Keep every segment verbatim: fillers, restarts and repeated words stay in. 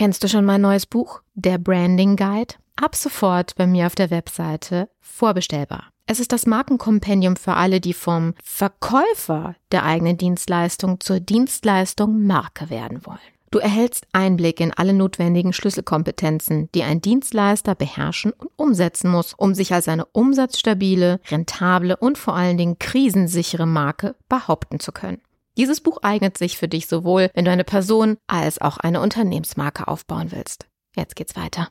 Kennst du schon mein neues Buch, der Branding Guide? Ab sofort bei mir auf der Webseite vorbestellbar. Es ist das Markenkompendium für alle, die vom Verkäufer der eigenen Dienstleistung zur Dienstleistung Marke werden wollen. Du erhältst Einblick in alle notwendigen Schlüsselkompetenzen, die ein Dienstleister beherrschen und umsetzen muss, um sich als eine umsatzstabile, rentable und vor allen Dingen krisensichere Marke behaupten zu können. Dieses Buch eignet sich für dich sowohl, wenn du eine Person als auch eine Unternehmensmarke aufbauen willst. Jetzt geht's weiter.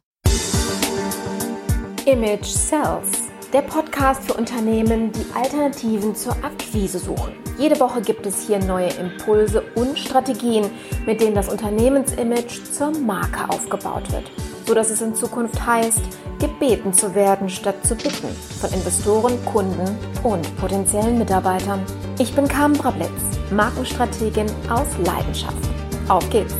Image Sells, der Podcast für Unternehmen, die Alternativen zur Akquise suchen. Jede Woche gibt es hier neue Impulse und Strategien, mit denen das Unternehmensimage zur Marke aufgebaut wird, sodass es in Zukunft heißt, gebeten zu werden statt zu bitten von Investoren, Kunden und potenziellen Mitarbeitern. Ich bin Carmen Brablitz, Markenstrategin aus Leidenschaft. Auf geht's!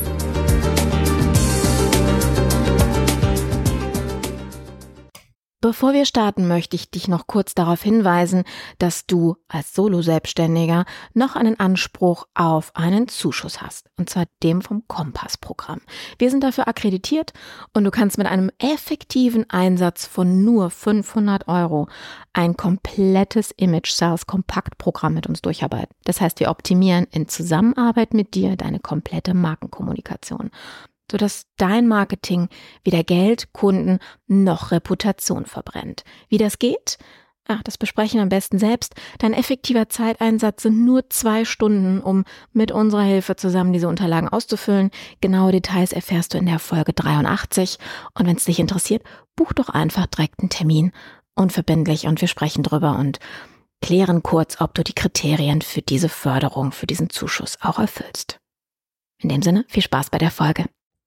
Bevor wir starten, möchte ich dich noch kurz darauf hinweisen, dass du als Solo-Selbstständiger noch einen Anspruch auf einen Zuschuss hast, und zwar dem vom Kompass-Programm. Wir sind dafür akkreditiert und du kannst mit einem effektiven Einsatz von nur fünfhundert Euro ein komplettes Image-Sales-Kompakt-Programm mit uns durcharbeiten. Das heißt, wir optimieren in Zusammenarbeit mit dir deine komplette Markenkommunikation, sodass dein Marketing weder Geld, Kunden noch Reputation verbrennt. Wie das geht? Ach, das besprechen wir am besten selbst. Dein effektiver Zeiteinsatz sind nur zwei Stunden, um mit unserer Hilfe zusammen diese Unterlagen auszufüllen. Genaue Details erfährst du in der Folge dreiundachtzig. Und wenn es dich interessiert, buch doch einfach direkt einen Termin, unverbindlich, und wir sprechen drüber und klären kurz, ob du die Kriterien für diese Förderung, für diesen Zuschuss auch erfüllst. In dem Sinne, viel Spaß bei der Folge.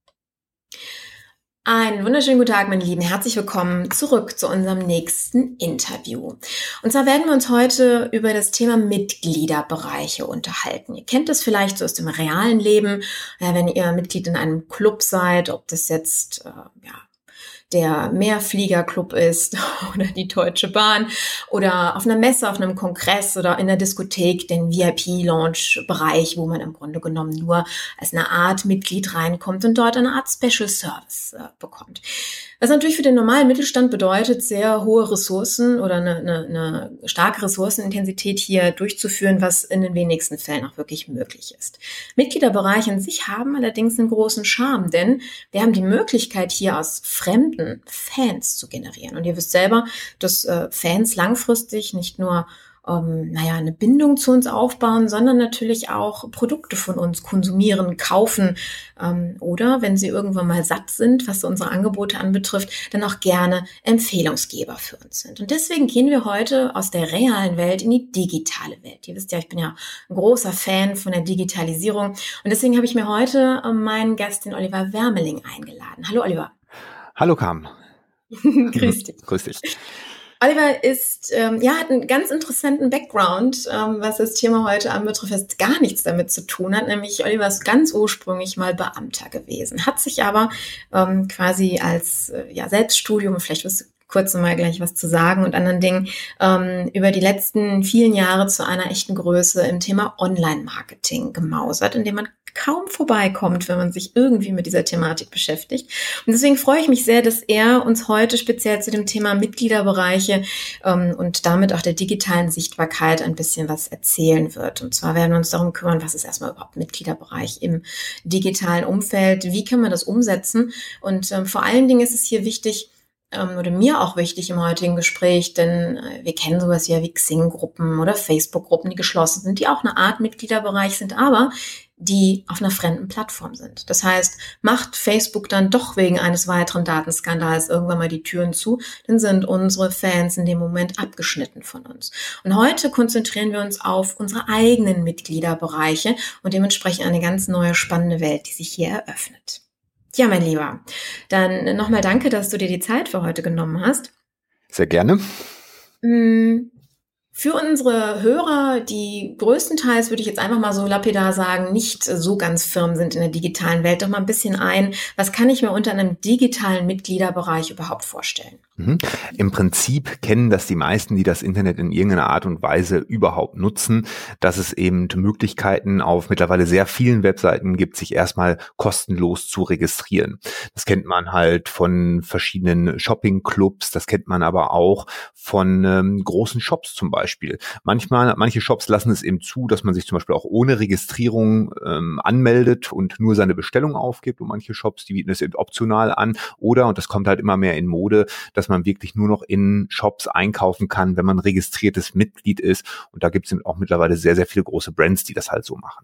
Einen wunderschönen guten Tag, meine Lieben. Herzlich willkommen zurück zu unserem nächsten Interview. Und zwar werden wir uns heute über das Thema Mitgliederbereiche unterhalten. Ihr kennt das vielleicht so aus dem realen Leben, wenn ihr Mitglied in einem Club seid, ob das jetzt äh, ja der Mehrfliegerclub ist oder die Deutsche Bahn oder auf einer Messe, auf einem Kongress oder in der Diskothek, den V I P-Lounge-Bereich, wo man im Grunde genommen nur als eine Art Mitglied reinkommt und dort eine Art Special Service äh, bekommt. Was natürlich für den normalen Mittelstand bedeutet, sehr hohe Ressourcen oder eine, eine, eine starke Ressourcenintensität hier durchzuführen, was in den wenigsten Fällen auch wirklich möglich ist. Mitgliederbereiche an sich haben allerdings einen großen Charme, denn wir haben die Möglichkeit, hier aus fremden Fans zu generieren. Und ihr wisst selber, dass äh, Fans langfristig nicht nur ähm, naja, eine Bindung zu uns aufbauen, sondern natürlich auch Produkte von uns konsumieren, kaufen ähm, oder, wenn sie irgendwann mal satt sind, was unsere Angebote anbetrifft, dann auch gerne Empfehlungsgeber für uns sind. Und deswegen gehen wir heute aus der realen Welt in die digitale Welt. Ihr wisst ja, ich bin ja ein großer Fan von der Digitalisierung und deswegen habe ich mir heute äh, meinen Gast, den Oliver Wermeling, eingeladen. Hallo Oliver. Hallo Carmen. Grüß dich. Grüß dich. Oliver ist, ähm, ja, hat einen ganz interessanten Background, ähm, was das Thema heute anbetrifft, was gar nichts damit zu tun hat. Nämlich Oliver ist ganz ursprünglich mal Beamter gewesen, hat sich aber ähm, quasi als äh, ja, Selbststudium, vielleicht wirst du kurz mal gleich was zu sagen und anderen Dingen, ähm, über die letzten vielen Jahre zu einer echten Größe im Thema Online-Marketing gemausert, indem man kaum vorbeikommt, wenn man sich irgendwie mit dieser Thematik beschäftigt. Und deswegen freue ich mich sehr, dass er uns heute speziell zu dem Thema Mitgliederbereiche ähm, und damit auch der digitalen Sichtbarkeit ein bisschen was erzählen wird. Und zwar werden wir uns darum kümmern, was ist erstmal überhaupt Mitgliederbereich im digitalen Umfeld, wie kann man das umsetzen? Und ähm, vor allen Dingen ist es hier wichtig, oder mir auch wichtig im heutigen Gespräch, denn wir kennen sowas ja wie Xing-Gruppen oder Facebook-Gruppen, die geschlossen sind, die auch eine Art Mitgliederbereich sind, aber die auf einer fremden Plattform sind. Das heißt, macht Facebook dann doch wegen eines weiteren Datenskandals irgendwann mal die Türen zu, dann sind unsere Fans in dem Moment abgeschnitten von uns. Und heute konzentrieren wir uns auf unsere eigenen Mitgliederbereiche und dementsprechend eine ganz neue, spannende Welt, die sich hier eröffnet. Ja, mein Lieber, dann nochmal danke, dass du dir die Zeit für heute genommen hast. Sehr gerne. Für unsere Hörer, die größtenteils, würde ich jetzt einfach mal so lapidar sagen, nicht so ganz firm sind in der digitalen Welt, doch mal ein bisschen ein, was kann ich mir unter einem digitalen Mitgliederbereich überhaupt vorstellen? Mhm. Im Prinzip kennen das die meisten, die das Internet in irgendeiner Art und Weise überhaupt nutzen, dass es eben Möglichkeiten auf mittlerweile sehr vielen Webseiten gibt, sich erstmal kostenlos zu registrieren. Das kennt man halt von verschiedenen Shopping-Clubs, das kennt man aber auch von ähm, großen Shops zum Beispiel. Manchmal, manche Shops lassen es eben zu, dass man sich zum Beispiel auch ohne Registrierung ähm, anmeldet und nur seine Bestellung aufgibt, und manche Shops, die bieten es eben optional an, oder, und das kommt halt immer mehr in Mode, dass man wirklich nur noch in Shops einkaufen kann, wenn man registriertes Mitglied ist. Und da gibt es auch mittlerweile sehr, sehr viele große Brands, die das halt so machen.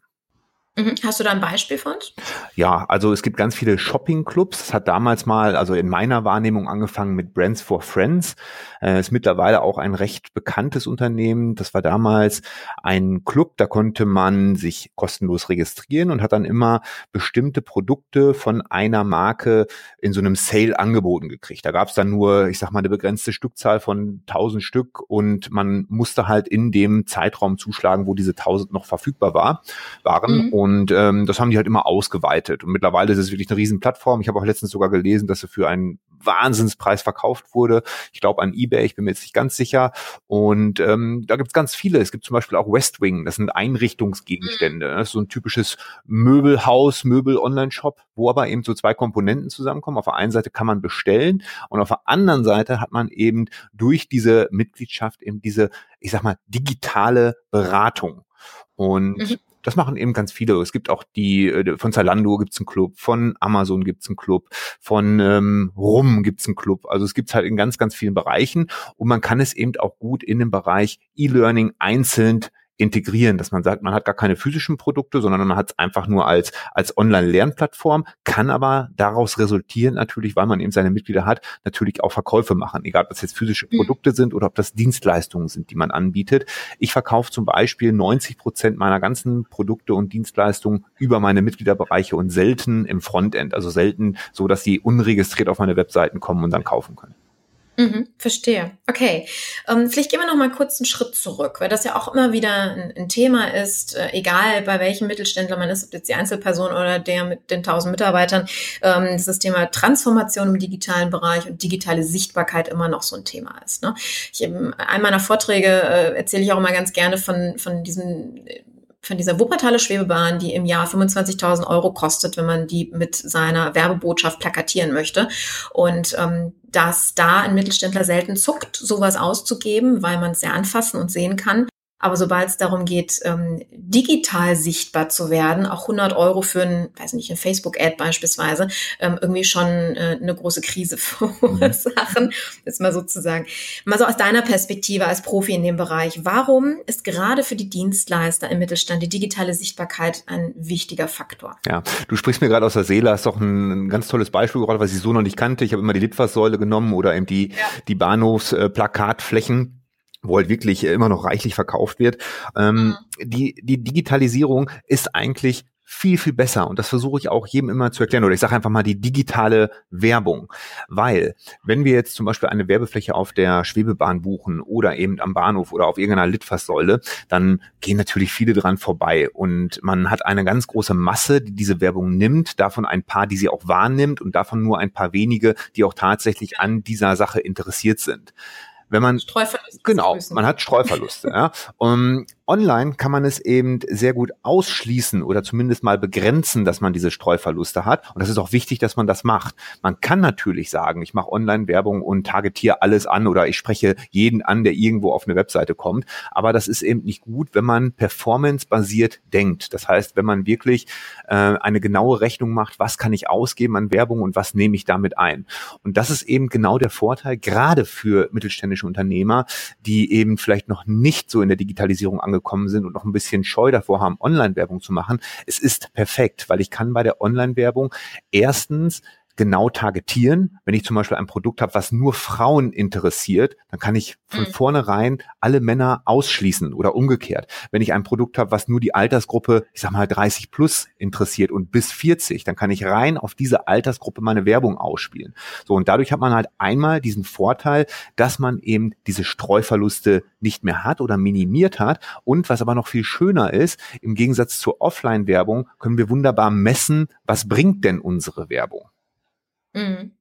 Hast du da ein Beispiel von uns? Ja, also es gibt ganz viele Shopping-Clubs. Es hat damals mal, also in meiner Wahrnehmung, angefangen mit Brands for Friends. Äh, ist mittlerweile auch ein recht bekanntes Unternehmen. Das war damals ein Club, da konnte man sich kostenlos registrieren und hat dann immer bestimmte Produkte von einer Marke in so einem Sale angeboten gekriegt. Da gab es dann nur, ich sag mal, eine begrenzte Stückzahl von tausend Stück, und man musste halt in dem Zeitraum zuschlagen, wo diese tausend noch verfügbar war, waren. Mhm. Und ähm, das haben die halt immer ausgeweitet. Und mittlerweile ist es wirklich eine riesen Plattform. Ich habe auch letztens sogar gelesen, dass sie für einen Wahnsinnspreis verkauft wurde. Ich glaube an eBay, ich bin mir jetzt nicht ganz sicher. Und ähm, da gibt es ganz viele. Es gibt zum Beispiel auch Westwing, das sind Einrichtungsgegenstände. Das ist so ein typisches Möbelhaus, Möbel-Online-Shop, wo aber eben so zwei Komponenten zusammenkommen. Auf der einen Seite kann man bestellen, und auf der anderen Seite hat man eben durch diese Mitgliedschaft eben diese, ich sag mal, digitale Beratung. Und mhm. das machen eben ganz viele. Es gibt auch die, von Zalando gibt's einen Club, von Amazon gibt's einen Club, von ähm, Rum gibt's einen Club. Also es gibt's halt in ganz, ganz vielen Bereichen, und man kann es eben auch gut in dem Bereich E-Learning einzeln integrieren, dass man sagt, man hat gar keine physischen Produkte, sondern man hat es einfach nur als als Online-Lernplattform, kann aber daraus resultieren natürlich, weil man eben seine Mitglieder hat, natürlich auch Verkäufe machen, egal ob das jetzt physische Produkte mhm. sind oder ob das Dienstleistungen sind, die man anbietet. Ich verkaufe zum Beispiel neunzig Prozent meiner ganzen Produkte und Dienstleistungen über meine Mitgliederbereiche und selten im Frontend, also selten so, dass sie unregistriert auf meine Webseiten kommen und dann kaufen können. Mhm, verstehe. Okay. Ähm, vielleicht gehen wir noch mal kurz einen Schritt zurück, weil das ja auch immer wieder ein, ein Thema ist, äh, egal bei welchem Mittelständler man ist, ob jetzt die Einzelperson oder der mit den tausend Mitarbeitern, ähm, dass das Thema Transformation im digitalen Bereich und digitale Sichtbarkeit immer noch so ein Thema ist. Ne? Ich, in einem meiner Vorträge äh, erzähle ich auch immer ganz gerne von, von diesem von dieser Wuppertaler Schwebebahn, die im Jahr fünfundzwanzigtausend Euro kostet, wenn man die mit seiner Werbebotschaft plakatieren möchte. Und ähm, dass da ein Mittelständler selten zuckt, sowas auszugeben, weil man es sehr anfassen und sehen kann. Aber sobald es darum geht, ähm, digital sichtbar zu werden, auch hundert Euro für ein, weiß nicht, eine Facebook-Ad beispielsweise, ähm, irgendwie schon äh, eine große Krise verursachen, mhm. ist mal sozusagen. Mal so aus deiner Perspektive als Profi in dem Bereich, warum ist gerade für die Dienstleister im Mittelstand die digitale Sichtbarkeit ein wichtiger Faktor? Ja, du sprichst mir gerade aus der Seele, hast doch ein, ein ganz tolles Beispiel gebracht, was ich so noch nicht kannte. Ich habe immer die Litfaßsäule genommen oder eben die, ja. die Bahnhofsplakatflächen, wo halt wirklich immer noch reichlich verkauft wird. Ähm, mhm. die, die Digitalisierung ist eigentlich viel, viel besser. Und das versuche ich auch jedem immer zu erklären. Oder ich sage einfach mal die digitale Werbung. Weil, wenn wir jetzt zum Beispiel eine Werbefläche auf der Schwebebahn buchen oder eben am Bahnhof oder auf irgendeiner Litfaßsäule, dann gehen natürlich viele dran vorbei. Und man hat eine ganz große Masse, die diese Werbung nimmt, davon ein paar, die sie auch wahrnimmt, und davon nur ein paar wenige, die auch tatsächlich an dieser Sache interessiert sind. Wenn man, genau, man hat Streuverluste. Ja. Um, online kann man es eben sehr gut ausschließen oder zumindest mal begrenzen, dass man diese Streuverluste hat. Und das ist auch wichtig, dass man das macht. Man kann natürlich sagen, ich mache Online-Werbung und targetiere alles an, oder ich spreche jeden an, der irgendwo auf eine Webseite kommt. Aber das ist eben nicht gut, wenn man performance-basiert denkt. Das heißt, wenn man wirklich äh, eine genaue Rechnung macht, was kann ich ausgeben an Werbung und was nehme ich damit ein. Und das ist eben genau der Vorteil, gerade für mittelständische Unternehmer, die eben vielleicht noch nicht so in der Digitalisierung angekommen sind und noch ein bisschen Scheu davor haben, Online-Werbung zu machen. Es ist perfekt, weil ich kann bei der Online-Werbung erstens genau targetieren. Wenn ich zum Beispiel ein Produkt habe, was nur Frauen interessiert, dann kann ich von mhm. vornherein alle Männer ausschließen oder umgekehrt. Wenn ich ein Produkt habe, was nur die Altersgruppe, ich sag mal dreißig plus interessiert und bis vierzig, dann kann ich rein auf diese Altersgruppe meine Werbung ausspielen. So, und dadurch hat man halt einmal diesen Vorteil, dass man eben diese Streuverluste nicht mehr hat oder minimiert hat. Und was aber noch viel schöner ist, im Gegensatz zur Offline-Werbung können wir wunderbar messen, was bringt denn unsere Werbung. Mhm. Ja,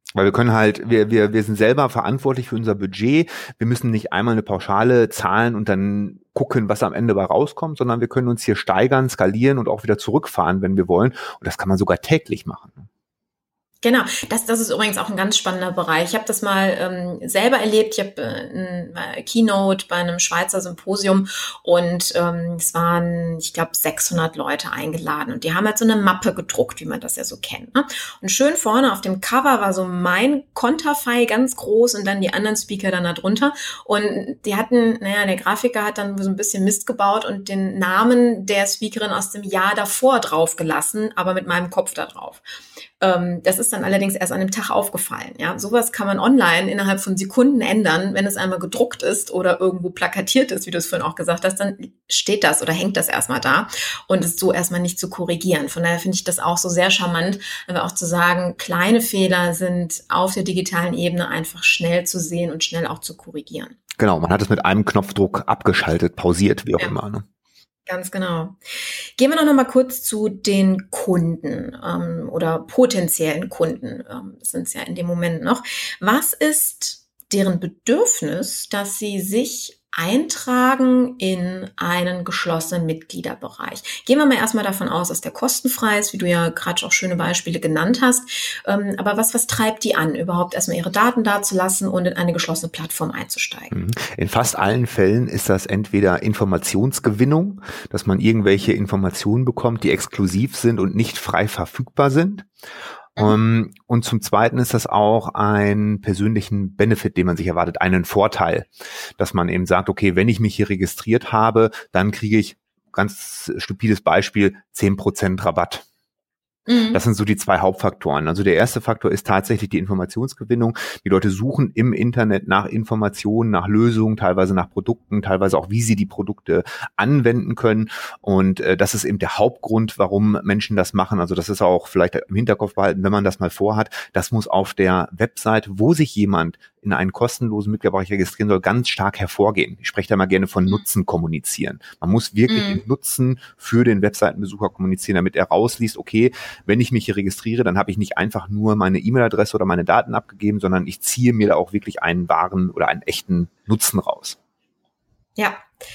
Weil wir können halt, wir, wir, wir sind selber verantwortlich für unser Budget. Wir müssen nicht einmal eine Pauschale zahlen und dann gucken, was am Ende bei rauskommt, sondern wir können uns hier steigern, skalieren und auch wieder zurückfahren, wenn wir wollen. Und das kann man sogar täglich machen. Genau, das, das ist übrigens auch ein ganz spannender Bereich. Ich habe das mal ähm, selber erlebt. Ich habe äh, ein Keynote bei einem Schweizer Symposium und ähm, es waren, ich glaube, sechshundert Leute eingeladen und die haben halt so eine Mappe gedruckt, wie man das ja so kennt. Ne? Und schön vorne auf dem Cover war so mein Konterfei ganz groß und dann die anderen Speaker dann da drunter. Und die hatten, naja, der Grafiker hat dann so ein bisschen Mist gebaut und den Namen der Speakerin aus dem Jahr davor drauf gelassen, aber mit meinem Kopf da drauf. Ähm, das ist dann allerdings erst an dem Tag aufgefallen. Ja, sowas kann man online innerhalb von Sekunden ändern. Wenn es einmal gedruckt ist oder irgendwo plakatiert ist, wie du es vorhin auch gesagt hast, dann steht das oder hängt das erstmal da und ist so erstmal nicht zu korrigieren. Von daher finde ich das auch so sehr charmant, aber auch zu sagen, kleine Fehler sind auf der digitalen Ebene einfach schnell zu sehen und schnell auch zu korrigieren. Genau, man hat es mit einem Knopfdruck abgeschaltet, pausiert, wie auch ja. immer. Ne? Ganz genau. Gehen wir noch, noch mal kurz zu den Kunden ähm, oder potenziellen Kunden. Ähm, das sind es ja in dem Moment noch. Was ist deren Bedürfnis, dass sie sich eintragen in einen geschlossenen Mitgliederbereich? Gehen wir mal erstmal davon aus, dass der kostenfrei ist, wie du ja gerade auch schöne Beispiele genannt hast. Ähm, aber was, was treibt die an, überhaupt erstmal ihre Daten dazulassen und in eine geschlossene Plattform einzusteigen? In fast allen Fällen ist das entweder Informationsgewinnung, dass man irgendwelche Informationen bekommt, die exklusiv sind und nicht frei verfügbar sind. Um, und zum Zweiten ist das auch ein persönlichen Benefit, den man sich erwartet, einen Vorteil, dass man eben sagt, okay, wenn ich mich hier registriert habe, dann kriege ich, ganz stupides Beispiel, zehn Prozent Rabatt. Das sind so die zwei Hauptfaktoren. Also der erste Faktor ist tatsächlich die Informationsgewinnung. Die Leute suchen im Internet nach Informationen, nach Lösungen, teilweise nach Produkten, teilweise auch, wie sie die Produkte anwenden können. Und äh, das ist eben der Hauptgrund, warum Menschen das machen. Also das ist auch vielleicht im Hinterkopf behalten, wenn man das mal vorhat. Das muss auf der Website, wo sich jemand in einen kostenlosen Mitgliederbereich registrieren soll, ganz stark hervorgehen. Ich spreche da mal gerne von Nutzen kommunizieren. Man muss wirklich mhm. den Nutzen für den Webseitenbesucher kommunizieren, damit er rausliest, okay, wenn ich mich hier registriere, dann habe ich nicht einfach nur meine E-Mail-Adresse oder meine Daten abgegeben, sondern ich ziehe mir da auch wirklich einen wahren oder einen echten Nutzen raus. Ja,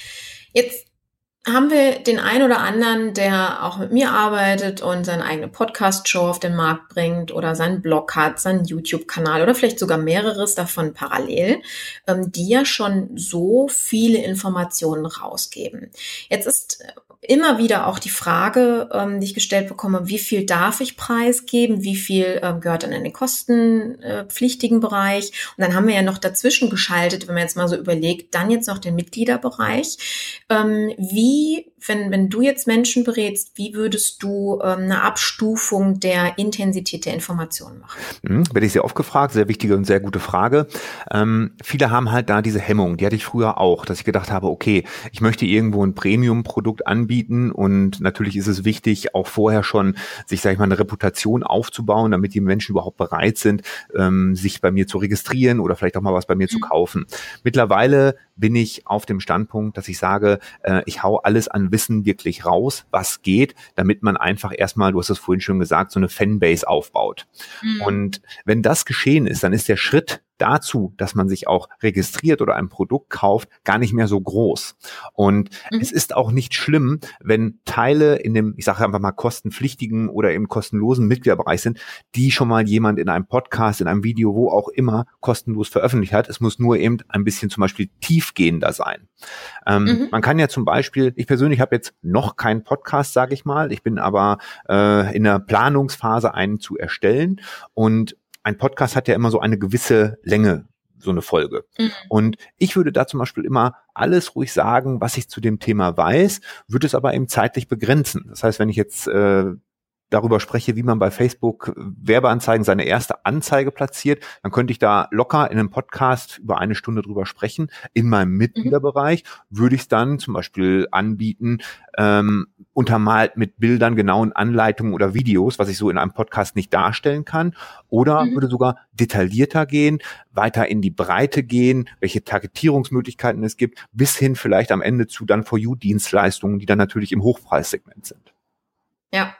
jetzt haben wir den einen oder anderen, der auch mit mir arbeitet und seine eigene Podcast-Show auf den Markt bringt oder seinen Blog hat, seinen YouTube-Kanal oder vielleicht sogar mehreres davon parallel, ähm, die ja schon so viele Informationen rausgeben. Jetzt ist immer wieder auch die Frage, ähm, die ich gestellt bekomme, wie viel darf ich preisgeben, wie viel ähm, gehört dann in den kostenpflichtigen Bereich? Und dann haben wir ja noch dazwischen geschaltet, wenn man jetzt mal so überlegt, dann jetzt noch den Mitgliederbereich. Ähm, wie, wenn, wenn du jetzt Menschen berätst, wie würdest du ähm, eine Abstufung der Intensität der Informationen machen? Mhm, werde ich sehr oft gefragt, sehr wichtige und sehr gute Frage. Ähm, viele haben halt da diese Hemmung, die hatte ich früher auch, dass ich gedacht habe, okay, ich möchte irgendwo ein Premium-Produkt anbieten, und natürlich ist es wichtig, auch vorher schon sich, sag ich mal, eine Reputation aufzubauen, damit die Menschen überhaupt bereit sind, ähm, sich bei mir zu registrieren oder vielleicht auch mal was bei mir mhm. zu kaufen. Mittlerweile bin ich auf dem Standpunkt, dass ich sage, äh, ich hau alles an Wissen wirklich raus, was geht, damit man einfach erstmal, du hast es vorhin schon gesagt, so eine Fanbase aufbaut. Mhm. Und wenn das geschehen ist, dann ist der Schritt dazu, dass man sich auch registriert oder ein Produkt kauft, gar nicht mehr so groß. Und mhm. es ist auch nicht schlimm, wenn Teile in dem, ich sage einfach mal, kostenpflichtigen oder im kostenlosen Mitgliederbereich sind, die schon mal jemand in einem Podcast, in einem Video, wo auch immer, kostenlos veröffentlicht hat. Es muss nur eben ein bisschen zum Beispiel tiefgehender sein. Ähm, mhm. Man kann ja zum Beispiel, ich persönlich habe jetzt noch keinen Podcast, sage ich mal, ich bin aber äh, in der Planungsphase, einen zu erstellen, und ein Podcast hat ja immer so eine gewisse Länge, so eine Folge. Mhm. Und ich würde da zum Beispiel immer alles ruhig sagen, was ich zu dem Thema weiß, würde es aber eben zeitlich begrenzen. Das heißt, wenn ich jetzt äh, darüber spreche, wie man bei Facebook Werbeanzeigen seine erste Anzeige platziert, dann könnte ich da locker in einem Podcast über eine Stunde drüber sprechen. In meinem Mitgliederbereich mhm. würde ich es dann zum Beispiel anbieten, ähm, untermalt mit Bildern, genauen Anleitungen oder Videos, was ich so in einem Podcast nicht darstellen kann. Oder mhm. würde sogar detaillierter gehen, weiter in die Breite gehen, welche Targetierungsmöglichkeiten es gibt, bis hin vielleicht am Ende zu dann For You-Dienstleistungen, die dann natürlich im Hochpreissegment sind. Ja.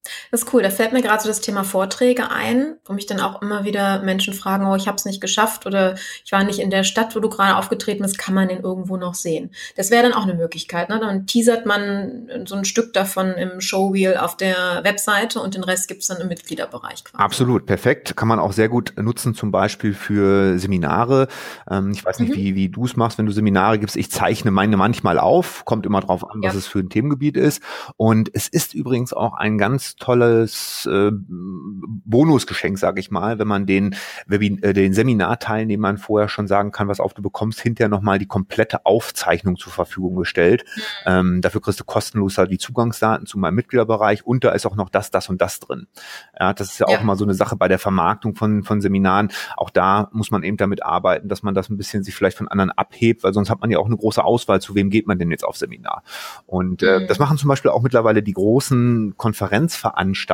Das ist cool. Da fällt mir gerade so das Thema Vorträge ein, wo mich dann auch immer wieder Menschen fragen, oh, ich habe es nicht geschafft oder ich war nicht in der Stadt, wo du gerade aufgetreten bist, kann man den irgendwo noch sehen? Das wäre dann auch eine Möglichkeit. Ne? Dann teasert man so ein Stück davon im Showreel auf der Webseite und den Rest gibt's dann im Mitgliederbereich quasi. Absolut, perfekt. Kann man auch sehr gut nutzen, zum Beispiel für Seminare. Ähm, ich weiß nicht, mhm. wie, wie du es machst, wenn du Seminare gibst. Ich zeichne meine manchmal auf, kommt immer drauf an, ja. was es für ein Themengebiet ist. Und es ist übrigens auch ein ganz tolles äh, Bonusgeschenk, sage ich mal, wenn man den, Webin- äh, den Seminarteilnehmern vorher schon sagen kann, was auf, du bekommst hinterher nochmal die komplette Aufzeichnung zur Verfügung gestellt. Mhm. Ähm, dafür kriegst du kostenlos halt die Zugangsdaten zu meinem Mitgliederbereich und da ist auch noch das, das und das drin. Ja, das ist ja, ja auch mal so eine Sache bei der Vermarktung von von Seminaren. Auch da muss man eben damit arbeiten, dass man das ein bisschen sich vielleicht von anderen abhebt, weil sonst hat man ja auch eine große Auswahl, zu wem geht man denn jetzt auf Seminar. Und äh, mhm. das machen zum Beispiel auch mittlerweile die großen Konferenzveranstalter,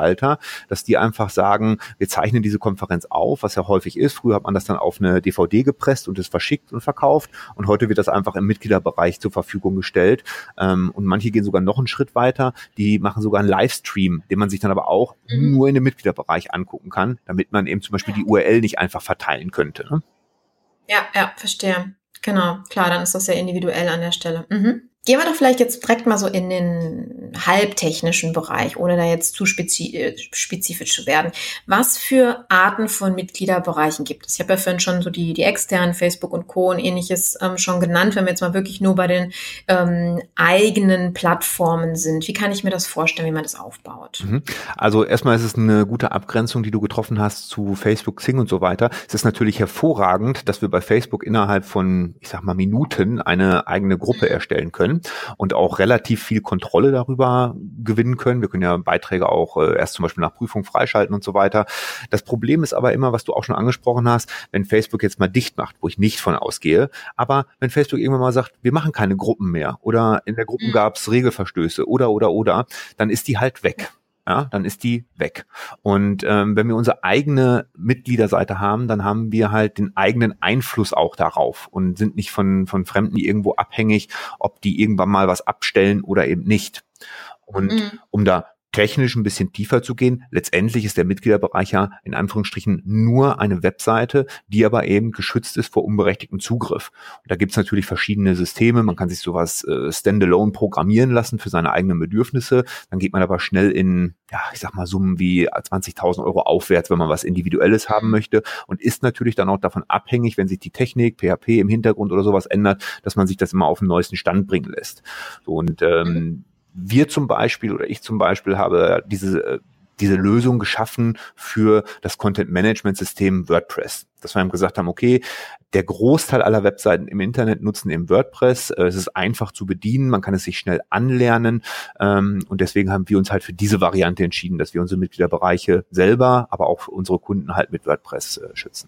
dass die einfach sagen, wir zeichnen diese Konferenz auf, was ja häufig ist. Früher hat man das dann auf eine D V D gepresst und es verschickt und verkauft und heute wird das einfach im Mitgliederbereich zur Verfügung gestellt. Ähm, und manche gehen sogar noch einen Schritt weiter, die machen sogar einen Livestream, den man sich dann aber auch mhm. nur in dem Mitgliederbereich angucken kann, damit man eben zum Beispiel die U R L nicht einfach verteilen könnte. Ne? Ja, ja, verstehe. Genau, klar, dann ist das ja individuell an der Stelle. Mhm. Gehen wir doch vielleicht jetzt direkt mal so in den halbtechnischen Bereich, ohne da jetzt zu spezi- spezifisch zu werden. Was für Arten von Mitgliederbereichen gibt es? Ich habe ja vorhin schon so die, die externen, Facebook und Co. und ähnliches ähm, schon genannt, wenn wir jetzt mal wirklich nur bei den ähm, eigenen Plattformen sind. Wie kann ich mir das vorstellen, wie man das aufbaut? Also erstmal ist es eine gute Abgrenzung, die du getroffen hast zu Facebook, Xing und so weiter. Es ist natürlich hervorragend, dass wir bei Facebook innerhalb von, ich sag mal, Minuten eine eigene Gruppe erstellen können und auch relativ viel Kontrolle darüber gewinnen können. Wir können ja Beiträge auch äh, erst zum Beispiel nach Prüfung freischalten und so weiter. Das Problem ist aber immer, was du auch schon angesprochen hast, wenn Facebook jetzt mal dicht macht, wo ich nicht von ausgehe, aber wenn Facebook irgendwann mal sagt, wir machen keine Gruppen mehr oder in der Gruppen gab es Regelverstöße oder, oder, oder, dann ist die halt weg. Ja, dann ist die weg. Und ähm, wenn wir unsere eigene Mitgliederseite haben, dann haben wir halt den eigenen Einfluss auch darauf und sind nicht von von Fremden irgendwo abhängig, ob die irgendwann mal was abstellen oder eben nicht. Und mhm. um da technisch ein bisschen tiefer zu gehen, letztendlich ist der Mitgliederbereich ja in Anführungsstrichen nur eine Webseite, die aber eben geschützt ist vor unberechtigtem Zugriff. Und da gibt's natürlich verschiedene Systeme, man kann sich sowas äh, standalone programmieren lassen für seine eigenen Bedürfnisse, dann geht man aber schnell in, ja, ich sag mal Summen wie zwanzigtausend Euro aufwärts, wenn man was Individuelles haben möchte und ist natürlich dann auch davon abhängig, wenn sich die Technik, P H P im Hintergrund oder sowas ändert, dass man sich das immer auf den neuesten Stand bringen lässt. So, und ähm, wir zum Beispiel oder ich zum Beispiel habe diese diese Lösung geschaffen für das Content-Management-System WordPress. Dass wir eben gesagt haben, okay, der Großteil aller Webseiten im Internet nutzen eben WordPress. Es ist einfach zu bedienen, man kann es sich schnell anlernen und deswegen haben wir uns halt für diese Variante entschieden, dass wir unsere Mitgliederbereiche selber, aber auch unsere Kunden halt mit WordPress schützen.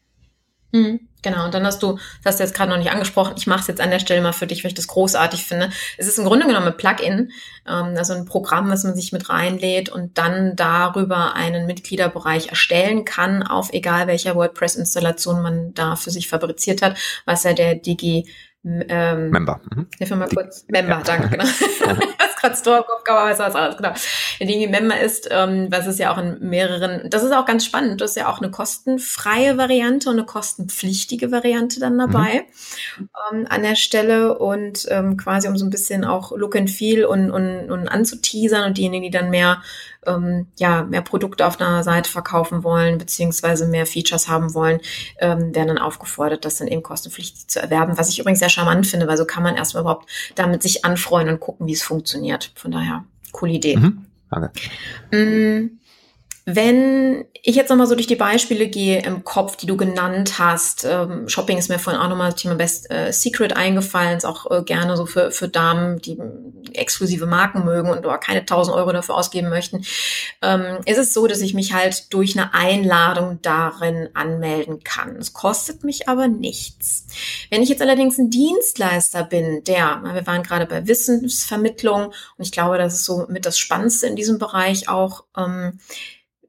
Genau, und dann hast du, das hast du jetzt gerade noch nicht angesprochen, ich mache es jetzt an der Stelle mal für dich, weil ich das großartig finde. Es ist im Grunde genommen ein Plugin, ähm, also ein Programm, was man sich mit reinlädt und dann darüber einen Mitgliederbereich erstellen kann, auf egal welcher WordPress-Installation man da für sich fabriziert hat, was ja der Digi ähm, Member. Mhm. Hilf mir mal kurz. Die, Member, ja. Danke, genau. Das gerade Store im Kopf, aber was anderes, genau. Der Digi Member ist, ähm, was ist ja auch in mehreren, das ist auch ganz spannend, das ist ja auch eine kostenfreie Variante und eine kostenpflichtige Variante dann dabei mhm. ähm, an der Stelle und ähm, quasi um so ein bisschen auch Look and Feel und, und, und anzuteasern und diejenigen, die dann mehr ähm, ja mehr Produkte auf einer Seite verkaufen wollen, beziehungsweise mehr Features haben wollen, ähm, werden dann aufgefordert, das dann eben kostenpflichtig zu erwerben, was ich übrigens sehr charmant finde, weil so kann man erstmal überhaupt damit sich anfreuen und gucken, wie es funktioniert. Von daher, coole Idee. Mhm. Danke. Mm. Wenn ich jetzt nochmal so durch die Beispiele gehe im Kopf, die du genannt hast, ähm, Shopping ist mir vorhin auch nochmal das Thema Best äh, Secret eingefallen, ist auch äh, gerne so für, für Damen, die exklusive Marken mögen und aber keine tausend Euro dafür ausgeben möchten. Ähm, ist es so, dass ich mich halt durch eine Einladung darin anmelden kann. Es kostet mich aber nichts. Wenn ich jetzt allerdings ein Dienstleister bin, der, wir waren gerade bei Wissensvermittlung und ich glaube, das ist so mit das Spannendste in diesem Bereich auch, ähm,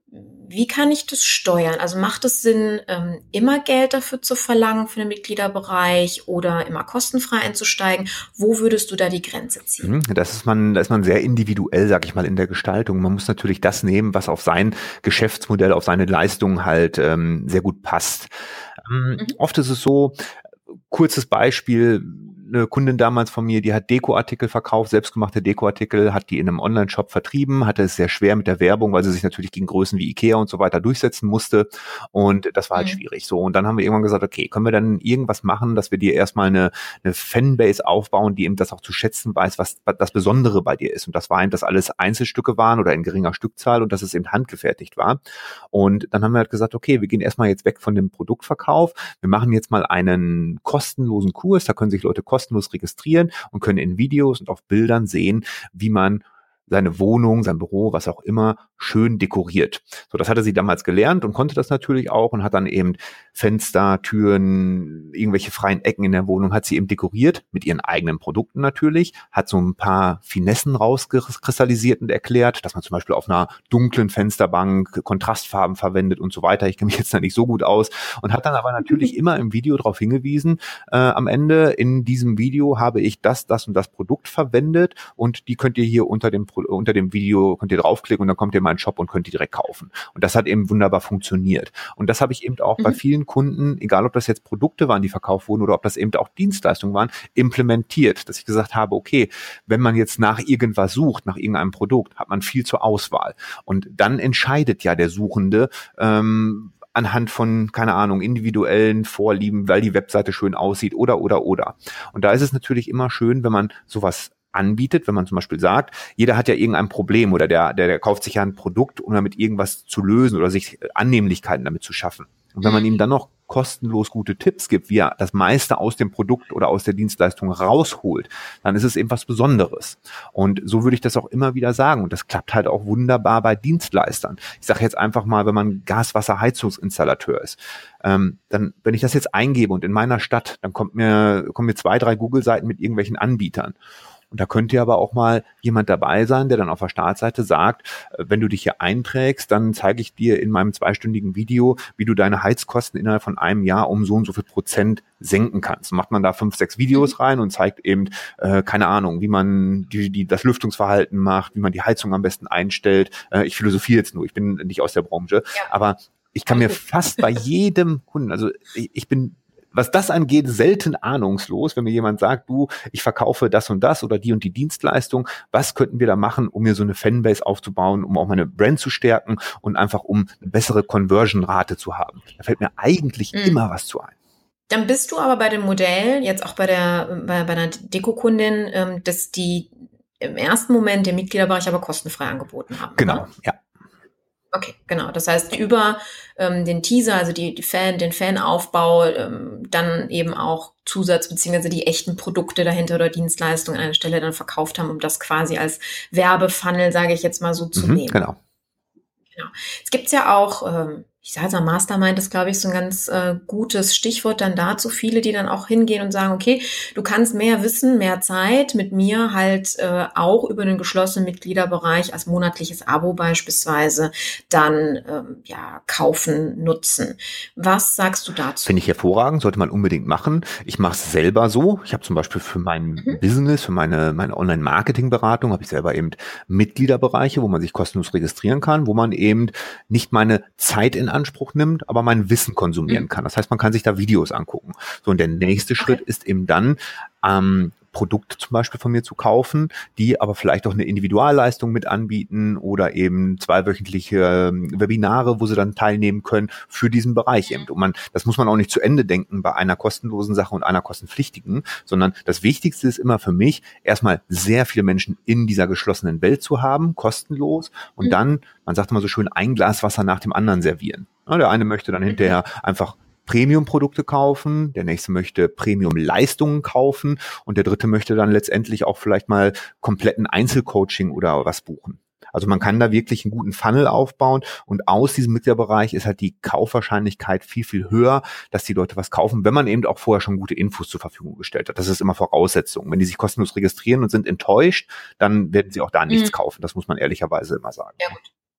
wie kann ich das steuern? Also macht es Sinn, ähm, immer Geld dafür zu verlangen für den Mitgliederbereich oder immer kostenfrei einzusteigen? Wo würdest du da die Grenze ziehen? Das ist man, da ist man sehr individuell, sag ich mal, in der Gestaltung. Man muss natürlich das nehmen, was auf sein Geschäftsmodell, auf seine Leistung halt ähm, sehr gut passt. Ähm, mhm. Oft ist es so, kurzes Beispiel, eine Kundin damals von mir, die hat Dekoartikel verkauft, selbstgemachte Dekoartikel, hat die in einem Online-Shop vertrieben, hatte es sehr schwer mit der Werbung, weil sie sich natürlich gegen Größen wie Ikea und so weiter durchsetzen musste und das war halt mhm. schwierig. So, und dann haben wir irgendwann gesagt, okay, können wir dann irgendwas machen, dass wir dir erstmal eine, eine Fanbase aufbauen, die eben das auch zu schätzen weiß, was das Besondere bei dir ist. Und das war eben, dass alles Einzelstücke waren oder in geringer Stückzahl und dass es eben handgefertigt war. Und dann haben wir halt gesagt, okay, wir gehen erstmal jetzt weg von dem Produktverkauf, wir machen jetzt mal einen kostenlosen Kurs, da können sich Leute kostenlos kostenlos registrieren und können in Videos und auf Bildern sehen, wie man seine Wohnung, sein Büro, was auch immer, schön dekoriert. So, das hatte sie damals gelernt und konnte das natürlich auch und hat dann eben Fenster, Türen, irgendwelche freien Ecken in der Wohnung hat sie eben dekoriert, mit ihren eigenen Produkten natürlich, hat so ein paar Finessen rauskristallisiert und erklärt, dass man zum Beispiel auf einer dunklen Fensterbank Kontrastfarben verwendet und so weiter. Ich kenne mich jetzt da nicht so gut aus und hat dann aber natürlich immer im Video darauf hingewiesen, äh, am Ende in diesem Video habe ich das, das und das Produkt verwendet und die könnt ihr hier unter dem unter dem Video könnt ihr draufklicken und dann kommt ihr in meinen Shop und könnt die direkt kaufen. Und das hat eben wunderbar funktioniert. Und das habe ich eben auch mhm. bei vielen Kunden, egal ob das jetzt Produkte waren, die verkauft wurden oder ob das eben auch Dienstleistungen waren, implementiert, dass ich gesagt habe, okay, wenn man jetzt nach irgendwas sucht, nach irgendeinem Produkt, hat man viel zur Auswahl. Und dann entscheidet ja der Suchende, ähm, anhand von, keine Ahnung, individuellen Vorlieben, weil die Webseite schön aussieht oder, oder, oder. Und da ist es natürlich immer schön, wenn man sowas anbietet, wenn man zum Beispiel sagt, jeder hat ja irgendein Problem oder der, der, der kauft sich ja ein Produkt, um damit irgendwas zu lösen oder sich Annehmlichkeiten damit zu schaffen. Und wenn man ihm dann noch kostenlos gute Tipps gibt, wie er das meiste aus dem Produkt oder aus der Dienstleistung rausholt, dann ist es eben was Besonderes. Und so würde ich das auch immer wieder sagen. Und das klappt halt auch wunderbar bei Dienstleistern. Ich sage jetzt einfach mal, wenn man Gas-, Wasser-, Heizungsinstallateur ist, ähm, dann, wenn ich das jetzt eingebe und in meiner Stadt, dann kommt mir, kommen mir zwei, drei Google-Seiten mit irgendwelchen Anbietern. Und da könnte aber auch mal jemand dabei sein, der dann auf der Startseite sagt, wenn du dich hier einträgst, dann zeige ich dir in meinem zweistündigen Video, wie du deine Heizkosten innerhalb von einem Jahr um so und so viel Prozent senken kannst. Macht man da fünf, sechs Videos rein und zeigt eben, äh, keine Ahnung, wie man die, die, das Lüftungsverhalten macht, wie man die Heizung am besten einstellt. Äh, ich philosophiere jetzt nur, ich bin nicht aus der Branche, ja. aber ich kann mir fast bei jedem Kunden, also ich, ich bin was das angeht, selten ahnungslos, wenn mir jemand sagt, du, ich verkaufe das und das oder die und die Dienstleistung, was könnten wir da machen, um mir so eine Fanbase aufzubauen, um auch meine Brand zu stärken und einfach um eine bessere Conversion-Rate zu haben. Da fällt mir eigentlich mhm. immer was zu ein. Dann bist du aber bei dem Modell, jetzt auch bei der bei, bei einer Dekokundin, ähm, dass die im ersten Moment den Mitgliederbereich aber kostenfrei angeboten haben. Genau, oder? ja. Okay, genau. Das heißt, über ähm, den Teaser, also die, die Fan, den Fanaufbau, ähm, dann eben auch Zusatz beziehungsweise die echten Produkte dahinter oder Dienstleistungen an einer Stelle dann verkauft haben, um das quasi als Werbefunnel, sage ich jetzt mal so, zu mhm, nehmen. Genau. Genau. Es gibt's ja auch, ähm, ich sage jetzt mal, Mastermind ist, glaube ich, so ein ganz äh, gutes Stichwort dann dazu. Viele, die dann auch hingehen und sagen, okay, du kannst mehr Wissen, mehr Zeit mit mir halt äh, auch über den geschlossenen Mitgliederbereich als monatliches Abo beispielsweise dann ähm, ja kaufen, nutzen. Was sagst du dazu? Finde ich hervorragend, sollte man unbedingt machen. Ich mache es selber so. Ich habe zum Beispiel für mein mhm. Business, für meine, meine Online-Marketing-Beratung, habe ich selber eben Mitgliederbereiche, wo man sich kostenlos registrieren kann, wo man eben nicht meine Zeit in Anspruch nimmt, aber mein Wissen konsumieren mhm. kann. Das heißt, man kann sich da Videos angucken. So, und der nächste okay. Schritt ist eben dann, ähm, Produkte zum Beispiel von mir zu kaufen, die aber vielleicht auch eine Individualleistung mit anbieten oder eben zweiwöchentliche Webinare, wo sie dann teilnehmen können für diesen Bereich eben. Und man, das muss man auch nicht zu Ende denken bei einer kostenlosen Sache und einer kostenpflichtigen, sondern das Wichtigste ist immer für mich, erstmal sehr viele Menschen in dieser geschlossenen Welt zu haben, kostenlos und mhm. dann, man sagt immer so schön, ein Glas Wasser nach dem anderen servieren. Ja, der eine möchte dann hinterher einfach Premium-Produkte kaufen, der nächste möchte Premium-Leistungen kaufen und der dritte möchte dann letztendlich auch vielleicht mal kompletten Einzelcoaching oder was buchen. Also man kann da wirklich einen guten Funnel aufbauen und aus diesem Mitgliederbereich ist halt die Kaufwahrscheinlichkeit viel, viel höher, dass die Leute was kaufen, wenn man eben auch vorher schon gute Infos zur Verfügung gestellt hat. Das ist immer Voraussetzung. Wenn die sich kostenlos registrieren und sind enttäuscht, dann werden sie auch da nichts mhm. kaufen. Das muss man ehrlicherweise immer sagen. Ja, gut.